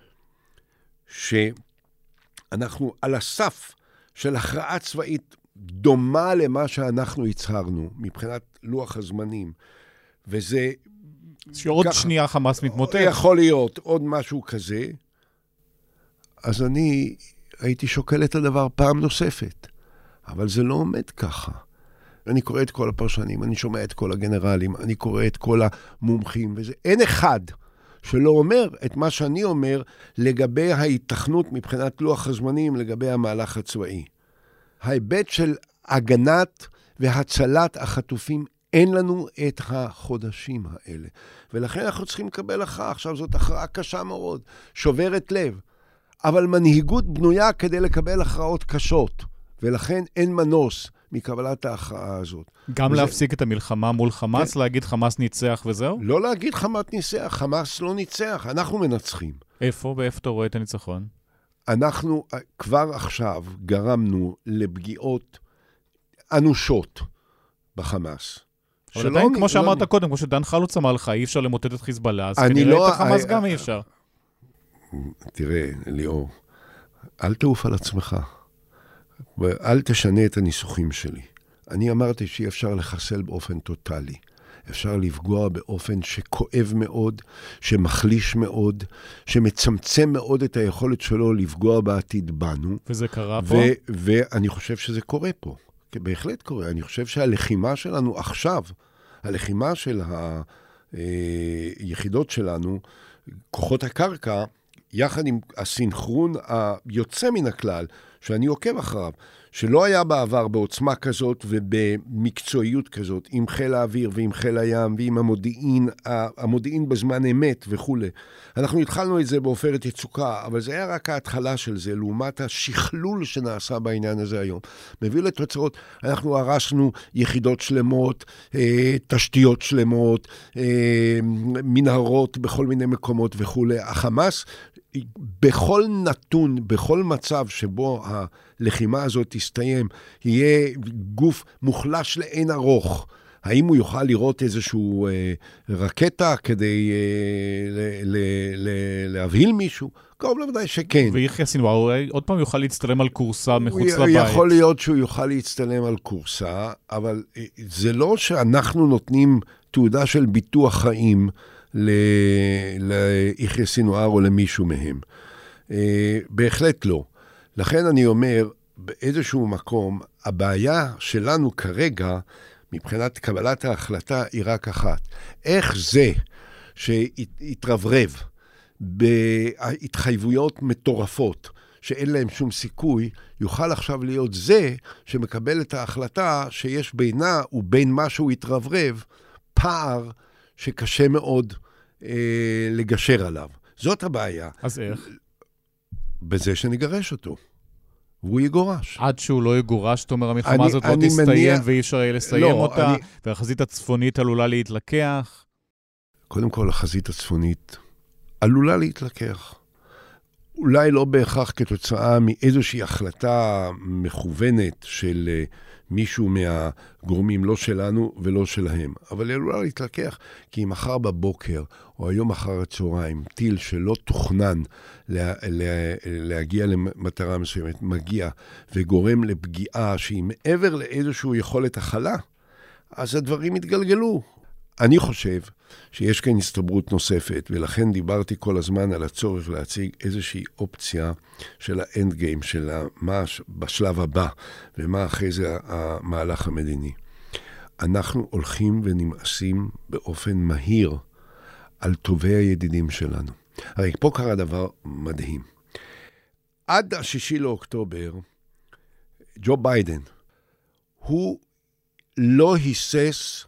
שאנחנו על הסף של הכרעה צבאית דומה למה שאנחנו הצהרנו, מבחינת לוח הזמנים, וזה... שעוד שנייה חמאס מתמוטט. יכול להיות עוד משהו כזה, אז אני הייתי שוקל את הדבר פעם נוספת, אבל זה לא עומד ככה. אני קורא את כל הפרשנים, אני שומע את כל הגנרלים, אני קורא את כל המומחים, וזה אין אחד שלא אומר את מה שאני אומר לגבי ההיתכנות מבחינת לוח הזמנים, לגבי המהלך הצבאי. ההיבט של הגנת והצלת החטופים, אין לנו את החודשים האלה. ולכן אנחנו צריכים לקבל הכרעה. עכשיו זאת הכרעה קשה מאוד, שוברת לב. אבל מנהיגות בנויה כדי לקבל הכרעות קשות. ולכן אין מנוס מקבלת ההכרעה הזאת. גם להפסיק את המלחמה מול חמאס, להגיד חמאס ניצח וזהו? לא להגיד חמאס ניצח, חמאס לא ניצח, אנחנו מנצחים. איפה? באיפה אתה רואה את הניצחון? אנחנו כבר עכשיו גרמנו לפגיעות אנושות בחמאס. אבל עדיין, כמו שאמרת קודם, כמו שדן חלוץ אמר לך, אי אפשר למוטט את חיזבאללה, אז כנראה את החמאס גם אי אפשר. תראה, ליאור, אל תעוף על עצמך. אל תשנה את הניסוחים שלי. אני אמרתי שאי אפשר לחסל באופן טוטלי אפשר לפגוע באופן שכואב מאוד, שמחליש מאוד, שמצמצם מאוד את היכולת שלו לפגוע בעתיד בנו. וזה קרה פה? ואני חושב שזה קורה פה. בהחלט קורה. אני חושב שהלחימה שלנו עכשיו, הלחימה של היחידות שלנו, כוחות הקרקע, יחד עם הסינכרון היוצא מן הכלל, שאני עוקב אחריו, שלא היה בעבר בעוצמה כזאת ובמקצועיות כזאת, עם חיל האוויר ועם חיל הים ועם המודיעין בזמן אמת וכו'. אנחנו התחלנו את זה בעופרת יצוקה, אבל זה היה רק ההתחלה של זה, לעומת השכלול שנעשה בעניין הזה היום. מביא לתוצאות, אנחנו הרשנו יחידות שלמות, תשתיות שלמות, מנהרות בכל מיני מקומות וכו'. החמאס, בכל נתון, בכל מצב שבו הלחימה הזאת תסתיים, יהיה גוף מוחלש לאין ארוך. האם הוא יוכל לראות איזשהו רקטה כדי להבהיל מישהו? קרוב לוודאי שכן. ויחיא סינואר עוד פעם יוכל להצטלם על קורסה מחוץ לבית. יכול להיות שהוא יוכל להצטלם על קורסה, אבל זה לא שאנחנו נותנים תעודה של ביטוח חיים ליחיא סינואר או למישהו מהם. בהחלט לא. לכן אני אומר, באיזשהו מקום, הבעיה שלנו כרגע, מבחינת קבלת ההחלטה, היא רק אחת. איך זה שהתרברב בהתחייבויות מטורפות, שאין להם שום סיכוי, יוכל עכשיו להיות זה שמקבל את ההחלטה שיש בינה ובין מה שהוא התרברב, פער שקשה מאוד לגשר עליו. זאת הבעיה. אז איך? בזה שנגרש אותו. והוא יגורש. עד שהוא לא יגורש, זאת אומרת, המלחמה הזאת לא תסתיים ואי אפשר יהיה לסיים אותה, והחזית הצפונית עלולה להתלקח. קודם כל, החזית הצפונית עלולה להתלקח. אולי לא בהכרח כתוצאה מאיזושהי החלטה מכוונת של מישהו מהגורמים, לא שלנו ולא שלהם. אבל היא עלולה להתלקח, כי מחר בבוקר או היום אחר הצהריים, טיל שלא תוכנן להגיע למטרה מסוימת, מגיע וגורם לפגיעה שהיא מעבר לאיזושהי יכולת הכלה, אז הדברים יתגלגלו. אני חושב שיש כאן הסתברות נוספת, ולכן דיברתי כל הזמן על הצורך להציג איזושהי אופציה של האנד גיים, של מה בשלב הבא, ומה אחרי זה המהלך המדיני. אנחנו הולכים ונמאסים באופן מהיר על טובי הידידים שלנו. הרי פה קרה דבר מדהים. עד 6 לאוקטובר, ג'ו ביידן, הוא לא היסס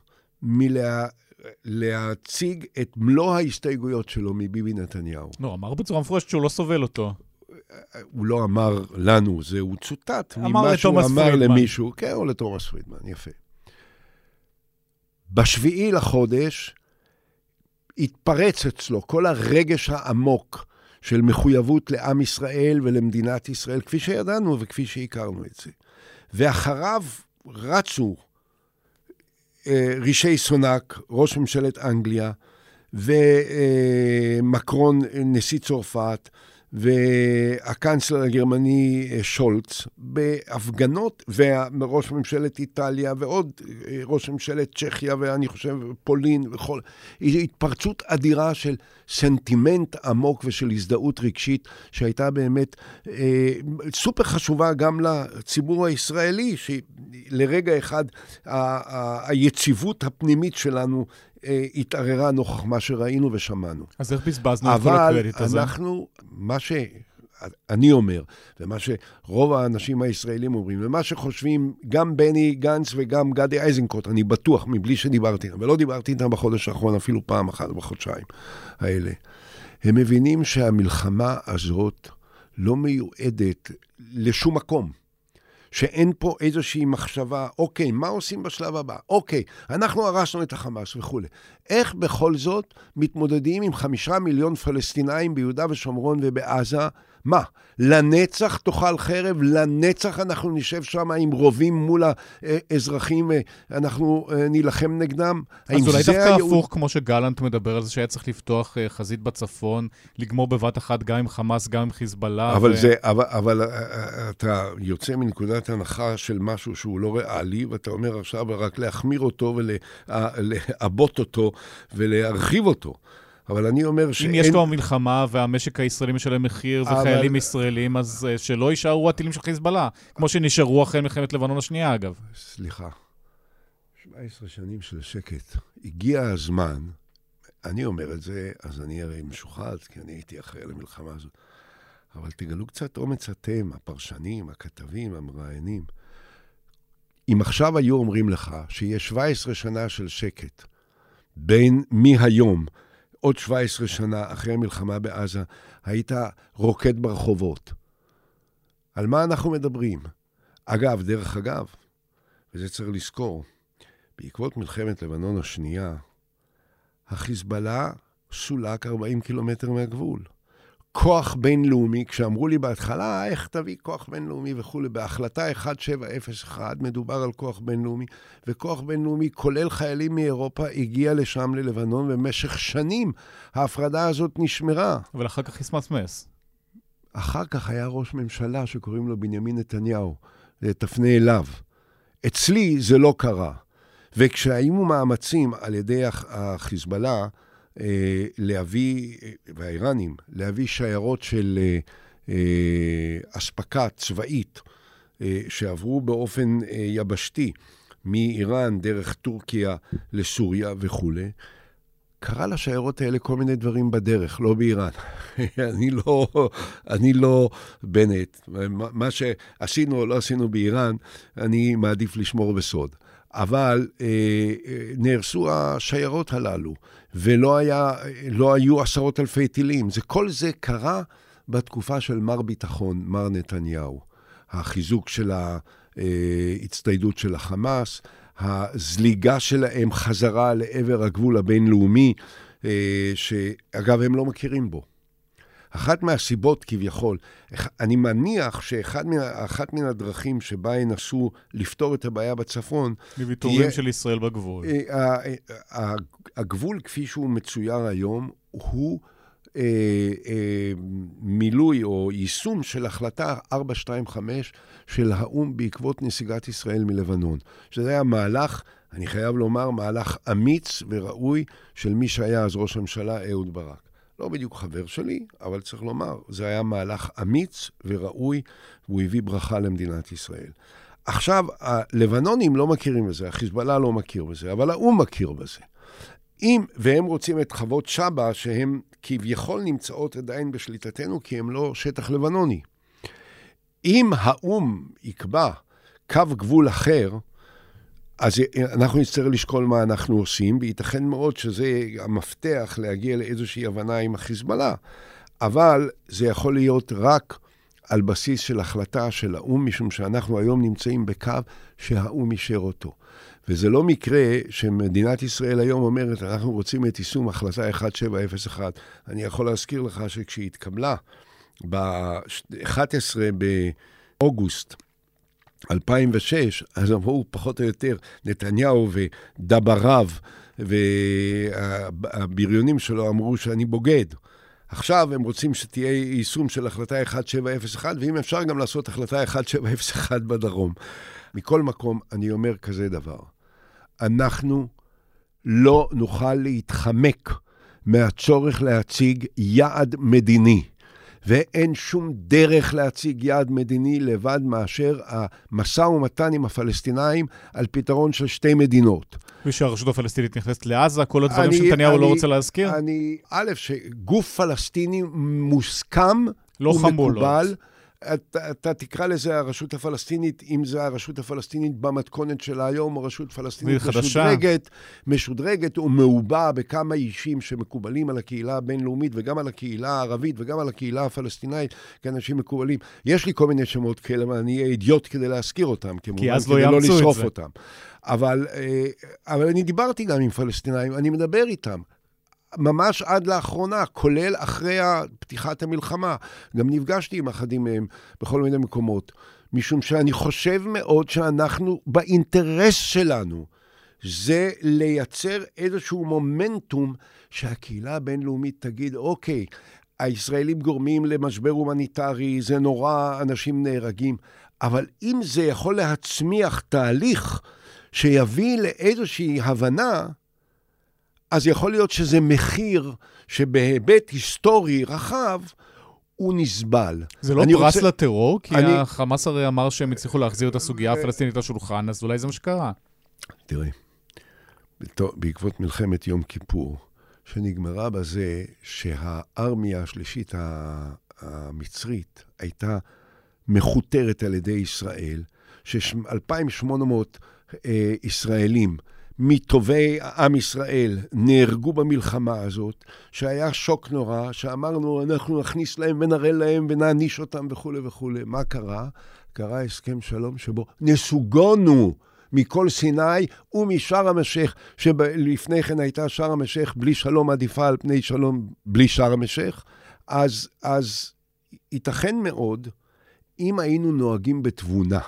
להציג את מלוא ההסתייגויות שלו מביבי נתניהו. לא, אמר בצורה מפורשת שהוא לא סובל אותו. הוא לא אמר לנו, הוא צוטט ממה שהוא אמר למישהו. כן, או לתומאס פרידמן, יפה. ב7 לחודש התפרץ אצלו כל הרגש העמוק של מחויבות לעם ישראל ולמדינת ישראל, כפי שידענו וכפי שהכרנו את זה. ואחריו רצו רישי סונאק, ראש ממשלת אנגליה, ומקרון נשיא צרפת, והקנצלר הגרמני שולץ, בהפגנות, וראש ממשלת איטליה, ועוד ראש ממשלת צ'כיה, ואני חושב פולין, וכל, התפרצות אדירה של סנטימנט עמוק ושל הזדהות רגשית, שהייתה באמת סופר חשובה גם לציבור הישראלי, שלרגע אחד היציבות הפנימית שלנו התערערה נוכח מה שראינו ושמענו. אז איך בזבזנו את כל הקרדיט הזה? אבל אנחנו, מה שאני אומר, ומה שרוב האנשים הישראלים אומרים, ומה שחושבים גם בני גנץ וגם גדי איזנקוט, אני בטוח, מבלי שדיברתי איתם, ולא דיברתי איתם בחודש האחרון, אפילו פעם אחת בחודשיים האלה. הם מבינים שהמלחמה הזאת לא מיועדת לשום מקום. שאין פה איזושהי מחשבה, אוקיי, מה עושים בשלב הבא? אוקיי, אנחנו הרשנו את החמאס וכו'. איך בכל זאת מתמודדים עם 5 מיליון פלסטינאים ביהודה ושומרון ובעזה, מה? לנצח תאכל חרב, לנצח אנחנו נשב שם עם רובים מול האזרחים, אנחנו נלחם נגדם. אז אולי דווקא הפוך, כמו שגלנט מדבר על זה, שהיה צריך לפתוח חזית בצפון, לגמור בבת אחת גם עם חמאס, גם עם חיזבאללה. אבל אתה יוצא מנקודת הנחה של משהו שהוא לא ריאלי, ואתה אומר עכשיו רק להחמיר אותו ולעבות אותו ולהרחיב אותו. אבל אני אומר אם יש כבר מלחמה והמשק הישראלי משלם מחיר וחיילים ישראלים, אז שלא יישארו הטילים של חיזבאללה, כמו שנשארו אחרי מלחמת לבנון השנייה, אגב. סליחה, 17 שנים של שקט. הגיע הזמן, אני אומר את זה, אז אני הרי משוחד, כי אני הייתי אחרי למלחמה הזאת. אבל תגלו קצת אומץ אתם, הפרשנים, הכתבים, המראיינים. אם עכשיו היו אומרים לך שיש 17 שנה של שקט, בין מהיום, עוד 17 שנה אחרי המלחמה בעזה, היית רוקד ברחובות. על מה אנחנו מדברים? אגב, דרך אגב, וזה צריך לזכור, בעקבות מלחמת לבנון השנייה, החיזבאללה סולק 40 קילומטר מהגבול. כוח בינלאומי, כשאמרו לי בהתחלה, איך תביא כוח בינלאומי וכו', בהחלטה 1701 מדובר על כוח בינלאומי, וכוח בינלאומי, כולל חיילים מאירופה, הגיע לשם ללבנון, במשך שנים ההפרדה הזאת נשמרה. אבל אחר כך הסמסמס. אחר כך היה ראש ממשלה שקוראים לו בנימין נתניהו, תפנה אליו. אצלי זה לא קרה. וכשהיינו מאמצים על ידי החיזבאללה, להביא, והאיראנים, להביא שיירות של אספקה צבאית שעברו באופן יבשתי מאיראן דרך טורקיה לסוריה וכו'. קרה לשיירות האלה כל מיני דברים בדרך, לא באיראן. אני לא בנט. מה שעשינו או לא עשינו באיראן, אני מעדיף לשמור בסוד. אבל נהרסו השיירות הללו, ולא היו 10,000 טילים. כל זה קרה בתקופה של מר ביטחון, מר נתניהו. החיזוק של ההצטיידות של החמאס, הזליגה שלהם חזרה לעבר הגבול הבינלאומי, שאגב הם לא מכירים בו. אחת מהסיבות כביכול, אני מניח שאחת מן הדרכים שבה ינסו לפתור את הבעיה בצפון, מוויתורים של ישראל בגבול. הגבול כפי שהוא מצויר היום, הוא מילוי או יישום של החלטה 425 של האום בעקבות נסיגת ישראל מלבנון. שזה היה מהלך, אני חייב לומר, מהלך אמיץ וראוי של מי שהיה אז ראש הממשלה אהוד ברק. לא בדיוק חבר שלי, אבל צריך לומר, זה היה מהלך אמיץ וראוי, והוא הביא ברכה למדינת ישראל. עכשיו, הלבנונים לא מכירים בזה, החיזבאללה לא מכיר בזה, אבל האום מכיר בזה. והם רוצים את חוות שבא, שהם כביכול נמצאות עדיין בשליטתנו, כי הם לא שטח לבנוני. אם האום יקבע קו גבול אחר, אז אנחנו נצטרך לשקול מה אנחנו עושים, וייתכן מאוד שזה המפתח להגיע לאיזושהי הבנה עם החיזבאללה. אבל זה יכול להיות רק על בסיס של החלטה של האום, משום שאנחנו היום נמצאים בקו שהאום אישר אותו. וזה לא מקרה שמדינת ישראל היום אומרת, אנחנו רוצים את יישום החלטה 1701. אני יכול להזכיר לך שכשהיא התקבלה ב-11 באוגוסט 2006, אז אמרו פחות או יותר נתניהו ודבריו והבריונים שלו אמרו שאני בוגד. עכשיו הם רוצים שתהיה יישום של החלטה 1701, ואם אפשר גם לעשות החלטה 1701 בדרום. מכל מקום אני אומר כזה דבר. אנחנו לא נוכל להתחמק מהצורך להציג יעד מדיני. ואין שום דרך להציג יעד מדיני לבד מאשר המשא ומתן עם הפלסטינאים על פתרון של שתי מדינות. ושהרשות הפלסטינית נכנסת לעזה, כל הדברים שנתניהו לא רוצה להזכיר? א', שגוף פלסטיני מוסכם ומקובל, אתה תקרא לזה הרשות הפלסטינית, אם זה הרשות הפלסטינית במתכונת של היום, או רשות פלסטינית משודרגת ומעובה בכמה אישים שמקובלים על הקהילה הבינלאומית, וגם על הקהילה הערבית, וגם על הקהילה הפלסטינאית, כאנשים מקובלים. יש לי כל מיני שמות כאלה, אבל אני אהיה אידיוט כדי להזכיר אותם, כי אז לא יאמצו את זה. אבל אני דיברתי גם עם פלסטינאים, אני מדבר איתם. ממש עד לאחרונה, כולל אחרי פתיחת המלחמה. גם נפגשתי עם אחדים מהם בכל מיני מקומות, משום שאני חושב מאוד שאנחנו, באינטרס שלנו, זה לייצר איזשהו מומנטום שהקהילה הבינלאומית תגיד, אוקיי, הישראלים גורמים למשבר הומניטרי, זה נורא, אנשים נהרגים, אבל אם זה יכול להצמיח תהליך שיביא לאיזושהי הבנה, אז יכול להיות שזה מחיר שבהיבט היסטורי רחב הוא נסבל. זה לא פרס לטרור? כי החמאס הרי אמר שהם הצליחו להחזיר את הסוגיה הפלסטינית לשולחן, אז אולי זה מה שקרה. תראי, בעקבות מלחמת יום כיפור, שנגמרה בזה שהארמיה השלישית המצרית הייתה מחותרת על ידי ישראל, ש2,800 ישראלים מטובי עם ישראל נהרגו במלחמה הזאת, שהיה שוק נורא, שאמרנו אנחנו נכניס להם ונראה להם ונעניש אותם וכו' וכו'. מה קרה? קרה הסכם שלום שבו נסוגונו מכל סיני ומשארם א-שייח, שלפני כן הייתה שארם א-שייח בלי שלום עדיפה על פני שלום בלי שארם א-שייח. אז ייתכן מאוד, אם היינו נוהגים בתבונה,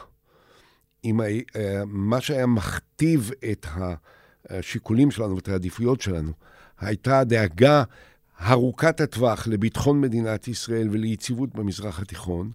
מה שהיה מכתיב את השיקולים שלנו ואת העדיפויות שלנו, הייתה דאגה ארוכת הטווח לביטחון מדינת ישראל וליציבות במזרח התיכון,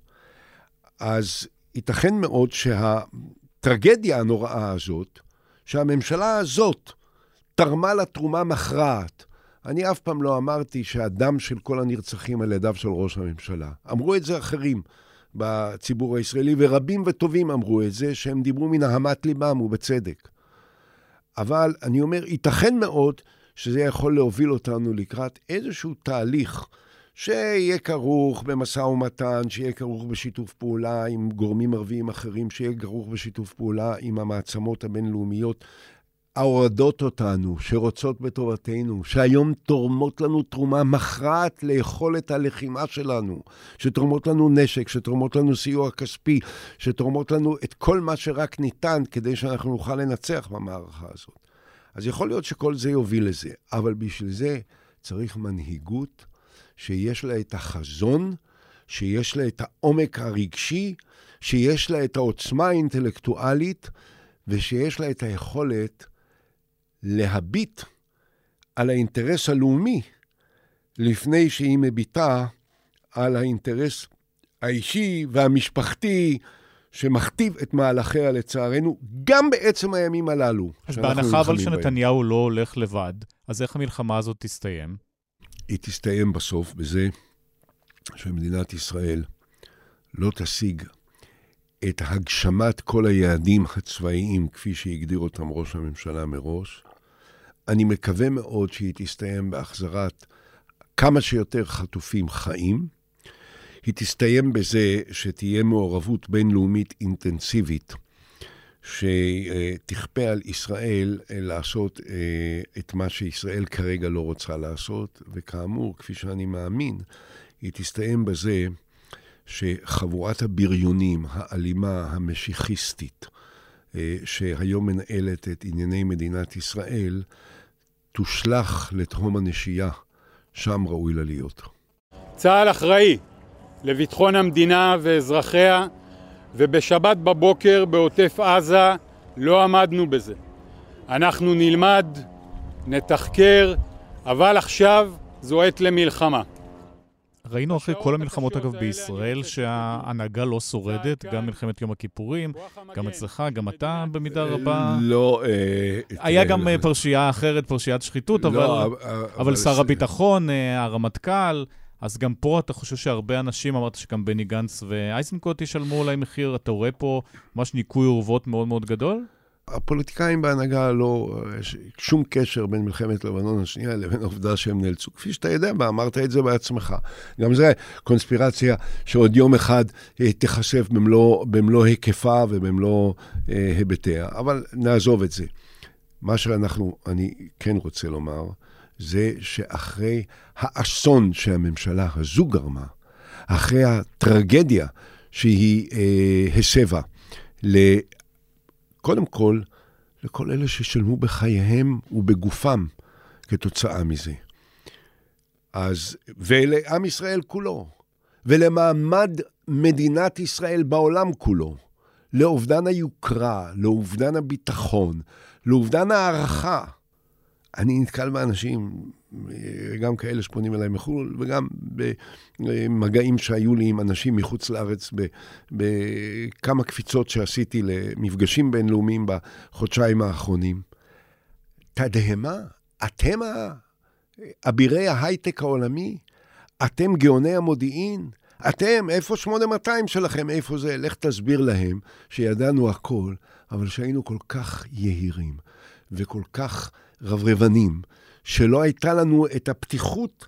אז ייתכן מאוד שהטרגדיה הנוראה הזאת, שהממשלה הזאת תרמה לה תרומה מכרעת. אני אף פעם לא אמרתי שהדם של כל הנרצחים על ידיו של ראש הממשלה. אמרו את זה אחרים בציבור הישראלי, ורבים וטובים אמרו את זה, שהם דיברו מן ההמת ליבם ובצדק. אבל אני אומר, ייתכן מאוד שזה יכול להוביל אותנו לקראת איזשהו תהליך שיהיה כרוך במשא ומתן, שיהיה כרוך בשיתוף פעולה עם גורמים ערביים אחרים, שיהיה כרוך בשיתוף פעולה עם המעצמות הבינלאומיות, ההורדות אותנו, שרוצות בטובתנו, שהיום תורמות לנו תרומה מכרעת ליכולת הלחימה שלנו, שתורמות לנו נשק, שתורמות לנו סיוע כספי, שתורמות לנו את כל מה שרק ניתן כדי שאנחנו נוכל לנצח במערכה הזאת. אז יכול להיות שכל זה יוביל לזה, אבל בשביל זה צריך מנהיגות שיש לה את החזון, שיש לה את העומק הרגשי, שיש לה את העוצמה האינטלקטואלית, ושיש לה את היכולת להביט על האינטרס הלאומי, לפני שהיא מביטה על האינטרס האישי והמשפחתי, שמכתיב את מהלכיה לצערנו, גם בעצם הימים הללו. אז בהנחה אבל שנתניהו לא הולך לבד, אז איך המלחמה הזאת תסתיים? היא תסתיים בסוף בזה שמדינת ישראל לא תשיג את הגשמת כל היעדים הצבאיים, כפי שהגדיר אותם ראש הממשלה מראש. אני מקווה מאוד שהיא תסתיים בהחזרת כמה שיותר חטופים חיים. היא תסתיים בזה שתהיה מעורבות בינלאומית אינטנסיבית, שתכפה על ישראל לעשות את מה שישראל כרגע לא רוצה לעשות, וכאמור, כפי שאני מאמין, היא תסתיים בזה שחבורת הבריונים, האלימה, המשיחיסטית, שהיום מנהלת את ענייני מדינת ישראל, תושלח לתהום הנשייה, שם ראוי לה להיות. צה"ל אחראי לביטחון המדינה ואזרחיה, ובשבת בבוקר בעוטף עזה לא עמדנו בזה. אנחנו נלמד, נתחקר, אבל עכשיו זו עת למלחמה. ראינו אחרי כל המלחמות אגב בישראל שההנהגה לא שורדת, גם מלחמת יום הכיפורים, גם אצלך, גם אתה במידה רבה. לא. היה גם פרשייה אחרת, פרשיית שחיתות, אבל שר הביטחון, הרמטכ"ל, אז גם פה אתה חושב שהרבה אנשים, אמרת שגם בני גנץ ואייזנקוט ישלמו אולי מחיר, אתה רואה פה ממש ניקוי אורוות מאוד מאוד גדול? הפוליטיקאים בהנהגה לא, יש שום קשר בין מלחמת לבנון השנייה לבין העובדה שהם נאלצו. כפי שאתה יודע, אמרת את זה בעצמך. גם זה קונספירציה שעוד יום אחד תחשף במלוא היקפה ובמלוא היבטיה. אבל נעזוב את זה. מה אני כן רוצה לומר, זה שאחרי האסון שהממשלה הזו גרמה, אחרי הטרגדיה שהיא הסבה, קודם כל, לכל אלה ששלמו בחייהם ובגופם כתוצאה מזה. אז, ולעם ישראל כולו, ולמעמד מדינת ישראל בעולם כולו, לאובדן היוקרה, לאובדן הביטחון, לאובדן הערכה. אני נתקל באנשים, גם כאלה שפונים אליי מחול, וגם במגעים שהיו לי עם אנשים מחוץ לארץ, בכמה קפיצות שעשיתי למפגשים בינלאומיים בחודשיים האחרונים. תדהמה, אתם אבירי ההייטק העולמי, אתם גאוני המודיעין, אתם, איפה 8200 שלכם, איפה זה? לך תסביר להם שידענו הכל, אבל שהיינו כל כך יהירים וכל כך רברבנים, שלא הייתה לנו את הפתיחות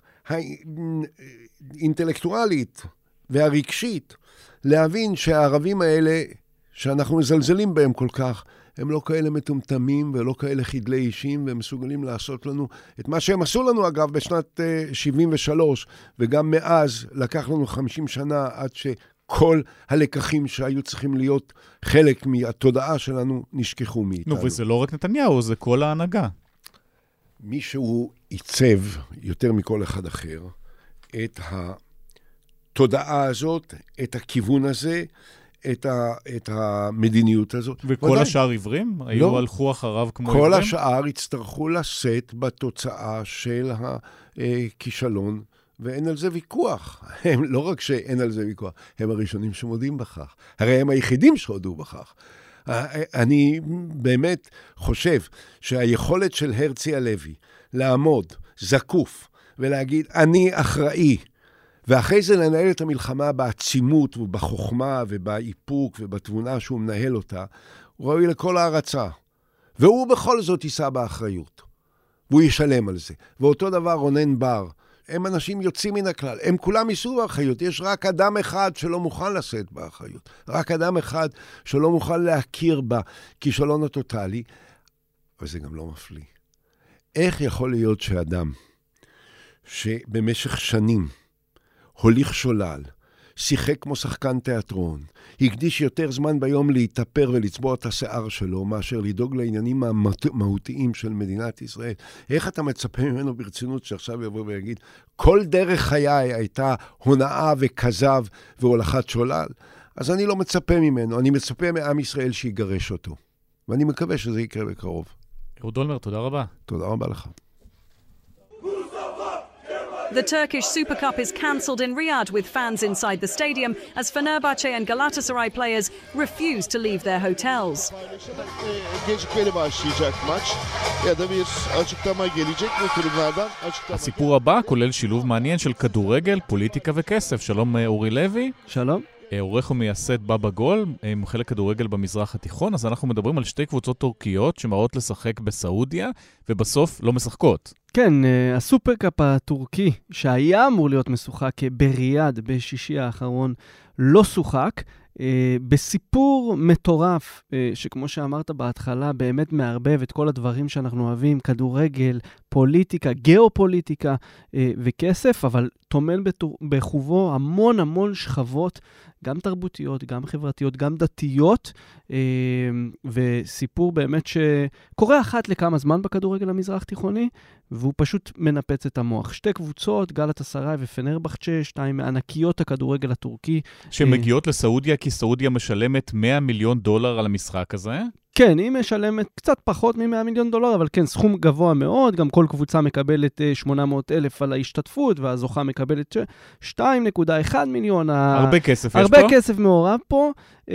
האינטלקטואלית והרגשית להבין שהערבים האלה, שאנחנו מזלזלים בהם כל כך, הם לא כאלה מטומטמים ולא כאלה חדלי אישים, והם מסוגלים לעשות לנו את מה שהם עשו לנו, אגב, בשנת 73, וגם מאז לקח לנו 50 שנה עד שכל הלקחים שהיו צריכים להיות חלק מהתודעה שלנו נשכחו מאיתנו. נו, וזה לא רק נתניהו, זה כל ההנהגה. מישהו עיצב יותר מכל אחד אחר את התודעה הזאת, את הכיוון הזה, את המדיניות הזאת. וכל השאר עיוורים? היו הלכו אחריו כמו עיוורים? כל השאר יצטרכו לשאת בתוצאה של הכישלון, ואין על זה ויכוח. הם לא רק שאין על זה ויכוח, הם הראשונים שמודים בכך. הרי הם היחידים שהודו בכך. אני באמת חושב שהיכולת של הרצי הלוי לעמוד זקוף ולהגיד, אני אחראי, ואחרי זה לנהל את המלחמה בעצימות ובחוכמה ובאיפוק ובתבונה שהוא מנהל אותה, הוא ראוי לכל הערצה. והוא בכל זאת יישא באחריות. והוא ישלם על זה. ואותו דבר רונן בר. הם אנשים יוצאים מן הכלל. הם כולם יישאו באחריות. יש רק אדם אחד שלא מוכן לשאת באחריות. רק אדם אחד שלא מוכן להכיר בכישלון הטוטלי. וזה גם לא מפליא. איך יכול להיות שאדם שבמשך שנים הוליך שולל, שיחק כמו שחקן תיאטרון, הקדיש יותר זמן ביום להתאפר ולצבוע את השיער שלו, מאשר לדאוג לעניינים המהותיים של מדינת ישראל. איך אתה מצפה ממנו ברצינות שעכשיו יבוא ויגיד, כל דרך חיי הייתה הונאה וכזב והולכת שולל? אז אני לא מצפה ממנו, אני מצפה מעם ישראל שיגרש אותו. ואני מקווה שזה יקרה בקרוב. אהוד אולמרט, תודה רבה. תודה רבה לך. The Turkish Super Cup is cancelled in Riyadh with fans inside the stadium as Fenerbahçe and Galatasaray players refuse to leave their hotels. Gecikmeli başlayacak maç ya da bir açıklama gelecek bu kulüplerden. הסיפור הבא כולל שילוב מעניין של כדורגל, פוליטיקה וכסף. שלום אורי לוי. שלום. עורך ומייסד בבא גול, מומחה לכדורגל במזרח התיכון, אז אנחנו מדברים על שתי קבוצות טורקיות שמראות לשחק בסעודיה, ובסוף לא משחקות. כן, הסופרקאפ הטורקי, שהיה אמור להיות משוחק בריאד בשישי האחרון, לא שוחק, בסיפור מטורף, שכמו שאמרת בהתחלה, באמת מערבב את כל הדברים שאנחנו אוהבים, כדורגל, פוליטיקה, גיאופוליטיקה וכסף, אבל תומן בחובו המון המון שכבות, גם תרבותיות, גם חברתיות, גם דתיות, וסיפור באמת שקורה אחת לכמה זמן בכדורגל המזרח תיכוני, והוא פשוט מנפץ את המוח. שתי קבוצות, גלאטסראי ופנרבחצ'ה, שתיים מענקיות הכדורגל הטורקי. שמגיעות לסעודיה כי סעודיה משלמת $100 מיליון על המשחק הזה? כן, היא משלמת קצת פחות $100 מיליון, אבל כן, סכום גבוה מאוד, גם כל קבוצה מקבלת 800,000 על ההשתתפות, והזוכה מקבלת 2.1 מיליון. הרבה כסף יש פה. הרבה כסף מעורב פה,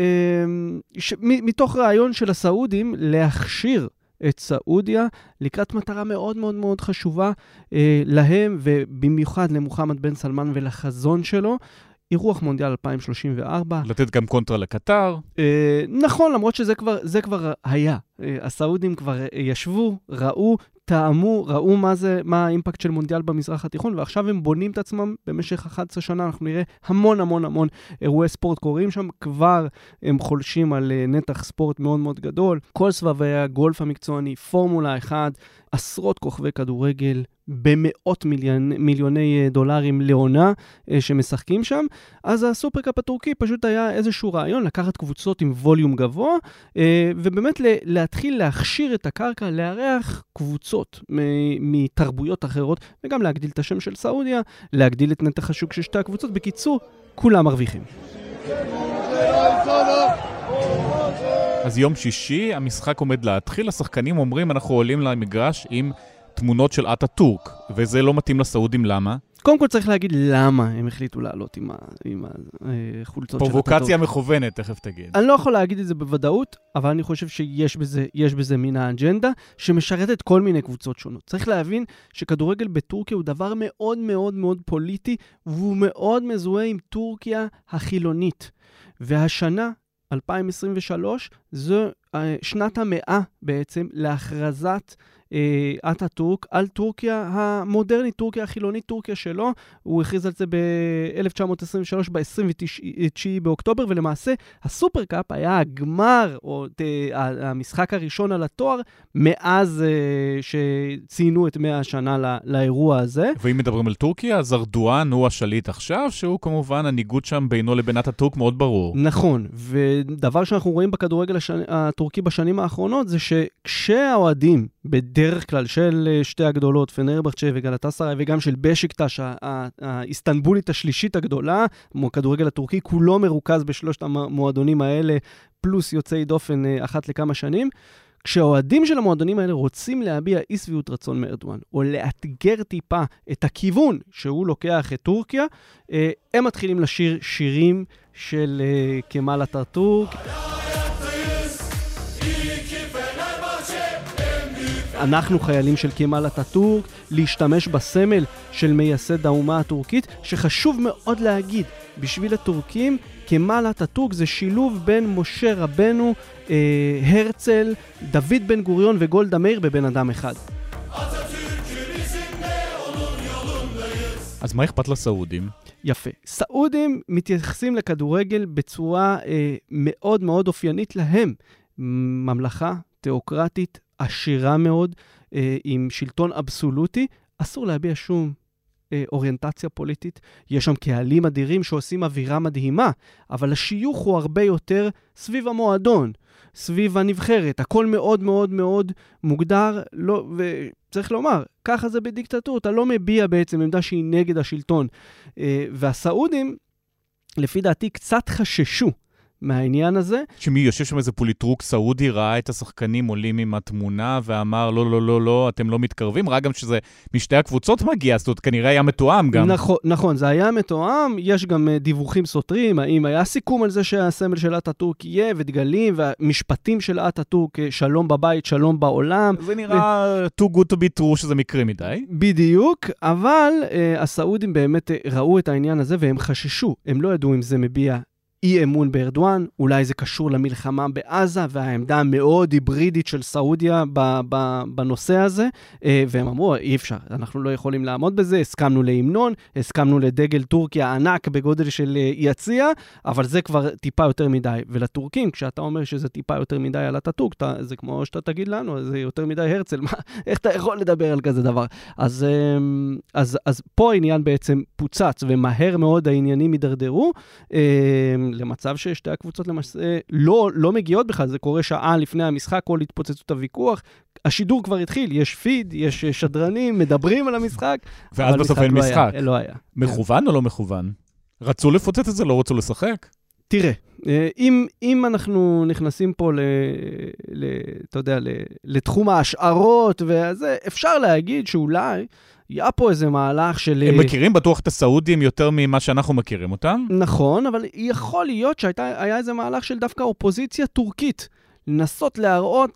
מתוך רעיון של הסעודים להכשיר את סעודיה לקראת מטרה מאוד מאוד מאוד חשובה להם, ובמיוחד למוחמד בן סלמן ולחזון שלו, אירוח מונדיאל 2034. לתת גם קונטרה לקטר. נכון, למרות שזה כבר היה. הסעודים כבר ישבו, ראו, טעמו, ראו מה האימפקט של מונדיאל במזרח התיכון, ועכשיו הם בונים את עצמם במשך 11 שנה, אנחנו נראה המון המון המון אירועי ספורט קורים שם, כבר הם חולשים על נתח ספורט מאוד מאוד גדול, כל סבבי הגולף המקצועני, פורמולה 1, עשרות כוכבי כדורגל, במאות מיליוני דולרים לעונה שמשחקים שם, אז הסופרקאפ הטורקי פשוט היה איזשהו רעיון לקחת קבוצות עם ווליום גבוה, ובאמת להתחיל להכשיר את הקרקע, לארח קבוצות מתרבויות אחרות, וגם להגדיל את השם של סעודיה, להגדיל את נתח השוק של שתי הקבוצות. בקיצור, כולם מרוויחים. אז יום שישי, המשחק עומד להתחיל, השחקנים אומרים, אנחנו עולים למגרש עם תמונות של אטאטורק, וזה לא מתאים לסעודים, למה? קודם כל צריך להגיד למה הם החליטו לעלות עם החולצות של אטאטורק. פרובוקציה מכוונת, תכף תגיד. אני לא יכול להגיד את זה בוודאות, אבל אני חושב שיש בזה מן האג'נדה, שמשרתת כל מיני קבוצות שונות. צריך להבין שכדורגל בטורקיה הוא דבר מאוד מאוד מאוד פוליטי, והוא מאוד מזוהה עם טורקיה החילונית. והשנה, 2023, זו שנת המאה בעצם להכרזת אטאטורק על טורקיה המודרנית, טורקיה החילונית, טורקיה שלו. הוא הכריז על זה ב-1923, ב-29 באוקטובר, ולמעשה הסופרקאפ היה הגמר, או המשחק הראשון על התואר, מאז שציינו את 100 השנה לאירוע הזה. ואם מדברים על טורקיה, אז ארדואן הוא השליט עכשיו, שהוא כמובן הניגוד שם בינו לבין אטאטורק מאוד ברור. נכון, ודבר שאנחנו רואים בכדורגל הטורקי בשנים האחרונות, זה שכשהאוהדים בדרך כלל של שתי הגדולות, פנרבחצ'ה וגלאטסראי, וגם של בשיקטש, האיסטנבולית השלישית הגדולה, הכדורגל הטורקי כולו מרוכז בשלושת המועדונים האלה, פלוס יוצאי דופן אחת לכמה שנים. כשהאוהדים של המועדונים האלה רוצים להביע אי שביעות רצון מארדואן, או לאתגר טיפה את הכיוון שהוא לוקח את טורקיה, הם מתחילים לשיר שירים של כמאל אטאטורק. אנחנו חיילים של כמאל אטאטורק, להשתמש בסמל של מייסד האומה הטורקית, שחשוב מאוד להגיד, בשביל הטורקים, כמאל אטאטורק זה שילוב בין משה רבנו, הרצל, דוד בן גוריון וגולדה מאיר בבן אדם אחד. אז מה אכפת לסעודים? יפה. סעודים מתייחסים לכדורגל בצורה מאוד מאוד אופיינית להם. ממלכה תיאוקרטית, עשירה מאוד, עם שלטון אבסולוטי, אסור להביע שום אוריינטציה פוליטית. יש שם קהלים אדירים שעושים אווירה מדהימה, אבל השיוך הוא הרבה יותר סביב המועדון, סביב הנבחרת. הכל מאוד מאוד מאוד מוגדר, לא, וצריך לומר, ככה זה בדיקטטורה, אתה לא מביע בעצם עמדה שהיא נגד השלטון. והסעודים, לפי דעתי, קצת חששו מהעניין הזה. שמי יושב שם איזה פוליטרוק סעודי, ראה את השחקנים עולים עם התמונה ואמר לא, לא, לא, לא, אתם לא מתקרבים, ראה גם שזה משתי הקבוצות מגיע, זאת אומרת, כנראה היה מתואם גם. נכון, זה היה מתואם, יש גם דיווחים סותרים, האם היה סיכום על זה שהסמל של אטאטורק יהיה, ודגלים, והמשפטים של אטאטורק, שלום בבית, שלום בעולם. זה נראה too good to be true שזה מקרה מדי. בדיוק, אבל הסעודים באמת ראו את העניין הזה, והם חששו, הם לא ידעו אם זה מביע אי אמון בארדואן, אולי זה קשור למלחמה בעזה, והעמדה המאוד היברידית של סעודיה בנושא הזה, והם אמרו, אי אפשר, אנחנו לא יכולים לעמוד בזה, הסכמנו להמנון, הסכמנו לדגל טורקיה ענק בגודל של יציע, אבל זה כבר טיפה יותר מדי, ולטורקים, כשאתה אומר שזה טיפה יותר מדי על אטאטורק, זה כמו שאתה תגיד לנו, זה יותר מדי הרצל, איך אתה יכול לדבר על כזה דבר? אז פה העניין בעצם פוצץ, ומהר מאוד העניינים יידרדרו, למצב ששתי הקבוצות למעשה לא מגיעות בכלל, זה קורה שעה לפני המשחק, כל התפוצצות הוויכוח, השידור כבר התחיל, יש פיד, יש שדרנים, מדברים על המשחק, ואז בסוף אין משחק. לא היה. מכוון או לא מכוון? רצו לפוצץ את זה, לא רצו לשחק? תראה, אם אנחנו נכנסים פה אתה יודע, לתחום ההשערות, וזה, אפשר להגיד שאולי היה פה איזה מהלך של... הם מכירים בטוח את הסעודים יותר ממה שאנחנו מכירים אותם? נכון, אבל יכול להיות שהיה איזה מהלך של דווקא אופוזיציה טורקית, לנסות להראות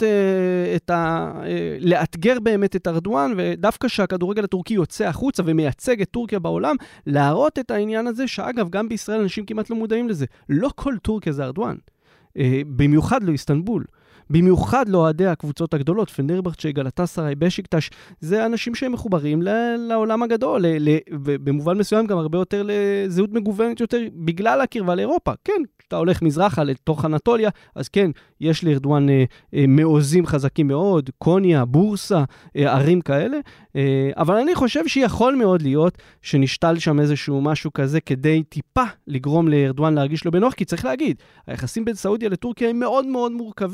לאתגר באמת את ארדואן, ודווקא שהכדורגל הטורקי יוצא החוצה ומייצג את טורקיה בעולם, להראות את העניין הזה, שאגב, גם בישראל אנשים כמעט לא מודעים לזה. לא כל טורקיה זה ארדואן. במיוחד לא איסטנבול. במיוחד לא אוהדי הקבוצות הגדולות, פנרבחצ'ה, גלאטסראי, בשיקטש, זה אנשים שהם מחוברים לעולם הגדול, במובן מסוים גם הרבה יותר לזהות מגוונת יותר, בגלל הקרבה לאירופה. כן, כשאתה הולך מזרחה לתוך אנטוליה, אז כן, יש לארדואן מעוזים חזקים מאוד, קוניה, בורסה, ערים כאלה, אבל אני חושב שיכול מאוד להיות שנשתל שם איזשהו משהו כזה, כדי טיפה לגרום לארדואן להרגיש לו בנוח, כי צריך להגיד, היחסים בין סעודיה לטורקיה הם מאוד מאוד מורכבים.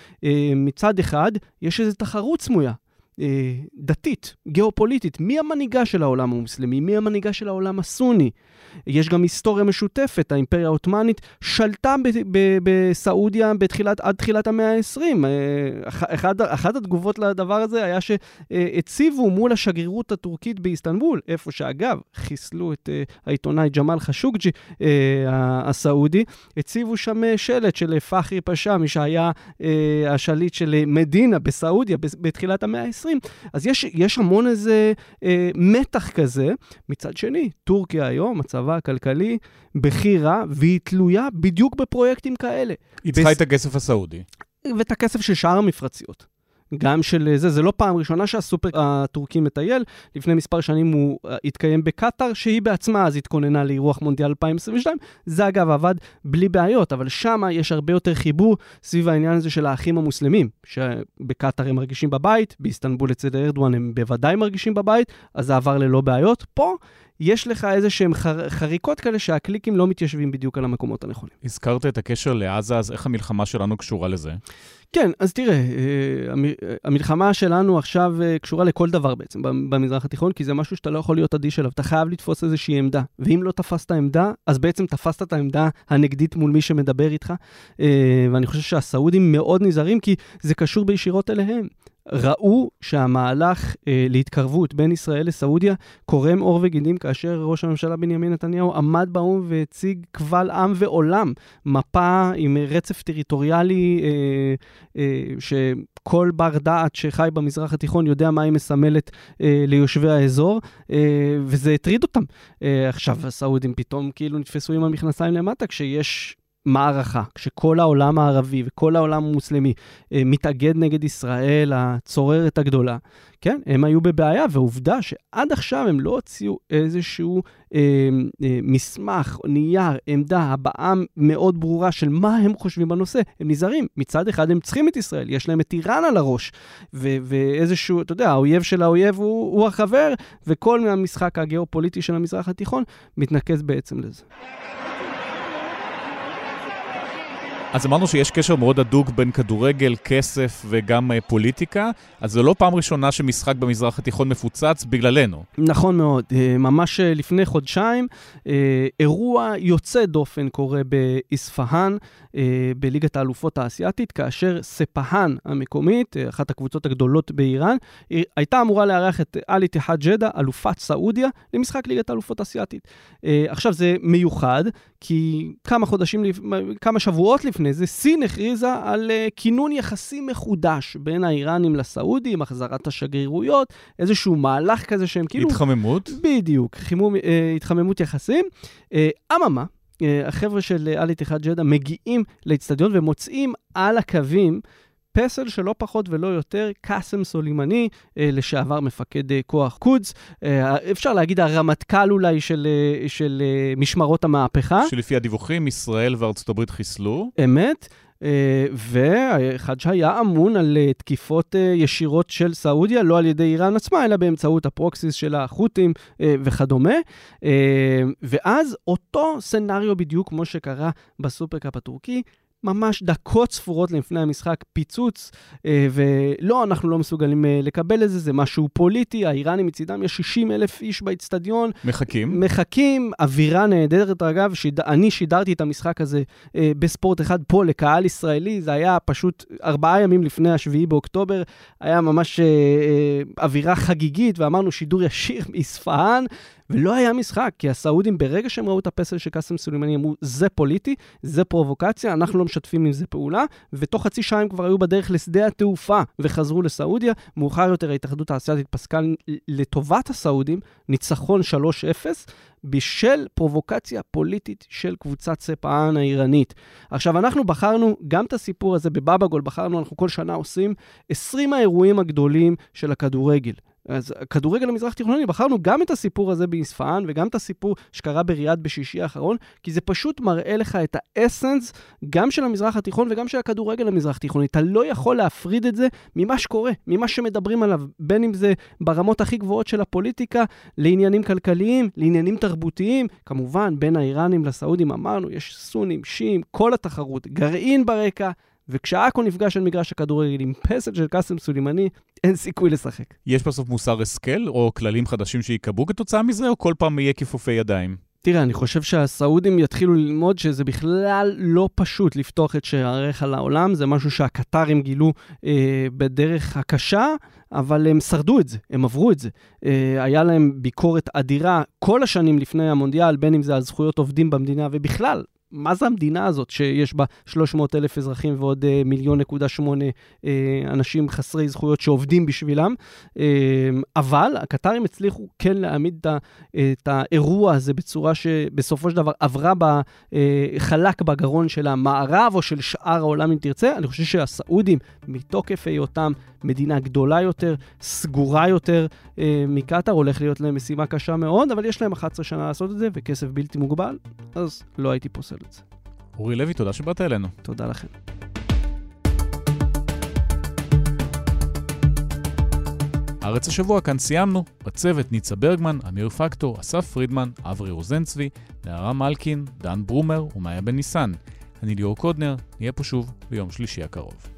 מצד אחד, יש איזו תחרות סמויה. דתית, גיאופוליטית, מי המנהיגה של העולם המוסלמי, מי המנהיגה של העולם הסוני. יש גם היסטוריה משותפת, האימפריה העות'מאנית שלטה בסעודיה עד תחילת המאה ה-20. אחת התגובות לדבר הזה היה שהציבו מול השגרירות הטורקית באיסטנבול, איפה שאגב חיסלו את העיתונאי ג'מאל חשוקג'י הסעודי, הציבו שם שלט של פחרי פשע, מי שהיה השליט של מדינה בסעודיה בתחילת המאה ה-20. אז יש המון איזה מתח כזה. מצד שני, טורקיה היום, הצבא הכלכלי, בחירה, והיא תלויה בדיוק בפרויקטים כאלה. היא צריכה את הכסף הסעודי. ואת הכסף של שאר המפרציות. גם של זה לא פעם ראשונה שהסופר הטורקי מטייל, לפני מספר שנים הוא התקיים בקטר, שהיא בעצמה אז התכוננה לאירוח מונדיאל 2022, זה אגב עבד בלי בעיות, אבל שמה יש הרבה יותר חיבור סביב העניין הזה של האחים המוסלמים, שבקטר הם מרגישים בבית, באיסטנבול אצל ארדואן הם בוודאי מרגישים בבית, אז זה עבר ללא בעיות. פה יש לך איזה שהם חריקות כאלה שהקליקים לא מתיישבים בדיוק על המקומות הנכונים. הזכרת את הקשר לעזה, אז איך המלחמה שלנו קשורה לזה? כן, אז תראה, המלחמה שלנו עכשיו קשורה לכל דבר בעצם במזרח התיכון, כי זה משהו שאתה לא יכול להיות אדיש אליו, אתה חייב לתפוס איזושהי עמדה, ואם לא תפסת עמדה, אז בעצם תפסת את העמדה הנגדית מול מי שמדבר איתך, ואני חושב שהסעודים מאוד נזהרים, כי זה קשור בישירות אליהם. ראו שהמהלך להתקרבות בין ישראל לסעודיה קורם עור וגידים כאשר ראש הממשלה בנימין נתניהו עמד באו"ם והציג קבל עם ועולם, מפה עם רצף טריטוריאלי שכל בר דעת שחי במזרח התיכון יודע מה היא מסמלת ליושבי האזור, וזה הטריד אותם. עכשיו הסעודים פתאום כאילו נתפסו עם המכנסיים למטה כשיש מערכה, כשכל העולם הערבי וכל העולם המוסלמי מתאגד נגד ישראל, הצוררת הגדולה, כן, הם היו בבעיה, ועובדה שעד עכשיו הם לא הוציאו איזשהו מסמך, נייר, עמדה, הבעה מאוד ברורה של מה הם חושבים בנושא. הם נזהרים, מצד אחד הם צריכים את ישראל, יש להם את איראן על הראש, ואיזשהו, אתה יודע, האויב של האויב הוא החבר, וכל מהמשחק הגיאופוליטי של המזרח התיכון מתנקז בעצם לזה. אז אמרנו שיש קשר מאוד הדוק בין כדורגל, כסף וגם פוליטיקה, אז זו לא פעם ראשונה שמשחק במזרח התיכון מפוצץ בגללנו. נכון מאוד. ממש לפני חודשיים, אירוע יוצא דופן קורה באספהאן, בליגת האלופות האסייתית, כאשר ספהאן המקומית, אחת הקבוצות הגדולות באיראן, הייתה אמורה לארח את אל איתיחאד ג'דה, אלופת סעודיה, למשחק ליגת האלופות האסייתית. עכשיו זה מיוחד, כי כמה שבועות לפני זה, סין הכריזה על כינון יחסים מחודש בין האיראנים לסעודים, החזרת השגרירויות, איזשהו מהלך כזה שהם כאילו... התחממות? בדיוק, התחממות יחסים. אממה, החבר'ה של אל איתיחאד ג'דה מגיעים לאצטדיון ומוצאים על הקווים פסל שלא פחות ולא יותר, קאסם סולימני, לשעבר מפקד כוח קודס, אפשר להגיד הרמטכ"ל אולי של משמרות המהפכה. שלפי הדיווחים ישראל וארצות הברית חיסלו. אמת. ואחד שהיה אמון על תקיפות ישירות של סעודיה, לא על ידי איראן עצמה, אלא באמצעות הפרוקסיס של החות'ים וכדומה. ואז אותו סנריו בדיוק כמו שקרה בסופרקאפ הטורקי, ממש דקות ספורות לפני המשחק, פיצוץ, ולא, אנחנו לא מסוגלים לקבל את זה, זה משהו פוליטי, האיראנים מצידם, יש 60,000 איש באצטדיון. מחכים, אווירה נהדרת, אגב, אני שידרתי את המשחק הזה בספורט אחד פה לקהל ישראלי, זה היה פשוט 4 ימים לפני השביעי באוקטובר, היה ממש אווירה חגיגית, ואמרנו שידור ישיר מאספהאן, ולא היה משחק, כי הסעודים ברגע שהם ראו את הפסל של קאסם סולימני אמרו, זה פוליטי, זה פרובוקציה, אנחנו לא משתפים עם זה פעולה, ותוך חצי שעה הם כבר היו בדרך לשדה התעופה וחזרו לסעודיה. מאוחר יותר ההתאחדות האסייתית פסקה לטובת הסעודים, ניצחון 3-0, בשל פרובוקציה פוליטית של קבוצת ספהאן האיראנית. עכשיו, אנחנו בחרנו גם את הסיפור הזה בבאבא גול, אנחנו כל שנה עושים 20 האירועים הגדולים של הכדורגל. אז הכדורגל המזרח תיכוני, בחרנו גם את הסיפור הזה באספהאן, וגם את הסיפור שקרה בריאד בשישי האחרון, כי זה פשוט מראה לך את האסנס, גם של המזרח התיכון וגם של הכדורגל המזרח תיכוני. אתה לא יכול להפריד את זה ממה שקורה, ממה שמדברים עליו, בין אם זה ברמות הכי גבוהות של הפוליטיקה, לעניינים כלכליים, לעניינים תרבותיים, כמובן בין האיראנים לסעודים אמרנו, יש סונים, שיעים, כל התחרות, גרעין ברקע, וכשאקו נפגש על מגרש הכדורגל עם פסל של קאסם סולימני, אין סיכוי לשחק. יש בסוף מוסר השכל או כללים חדשים שיקבעו כתוצאה מזה, או כל פעם יהיה כיפופי ידיים? תראה, אני חושב שהסעודים יתחילו ללמוד שזה בכלל לא פשוט לפתוח את שעריך לעולם, זה משהו שהקטרים גילו בדרך הקשה, אבל הם שרדו את זה, הם עברו את זה. היה להם ביקורת אדירה כל השנים לפני המונדיאל, בין אם זה על זכויות עובדים במדינה, ובכלל, מה זה המדינה הזאת שיש בה 300,000 אזרחים ועוד 1.8 מיליון אנשים חסרי זכויות שעובדים בשבילם? אבל הקטרים הצליחו כן להעמיד את האירוע הזה בצורה שבסופו של דבר עברה חלק בגרון של המערב או של שאר העולם אם תרצה. אני חושב שהסעודים מתוקף היותם מדינה גדולה יותר, סגורה יותר מקטר, הולך להיות להם משימה קשה מאוד, אבל יש להם 11 שנה לעשות את זה וכסף בלתי מוגבל, אז לא הייתי פוסל את זה. אורי לוי, תודה שבאת אלינו. תודה לכם. הארץ השבוע כאן סיימנו. בצוות ניצה ברגמן, אמיר פקטור, אסף פרידמן, אברי רוזנצבי, נערה מלכין, דן ברומר ומאיה בן ניסן. אני ליאור קודנר, נהיה פה שוב ביום שלישי הקרוב.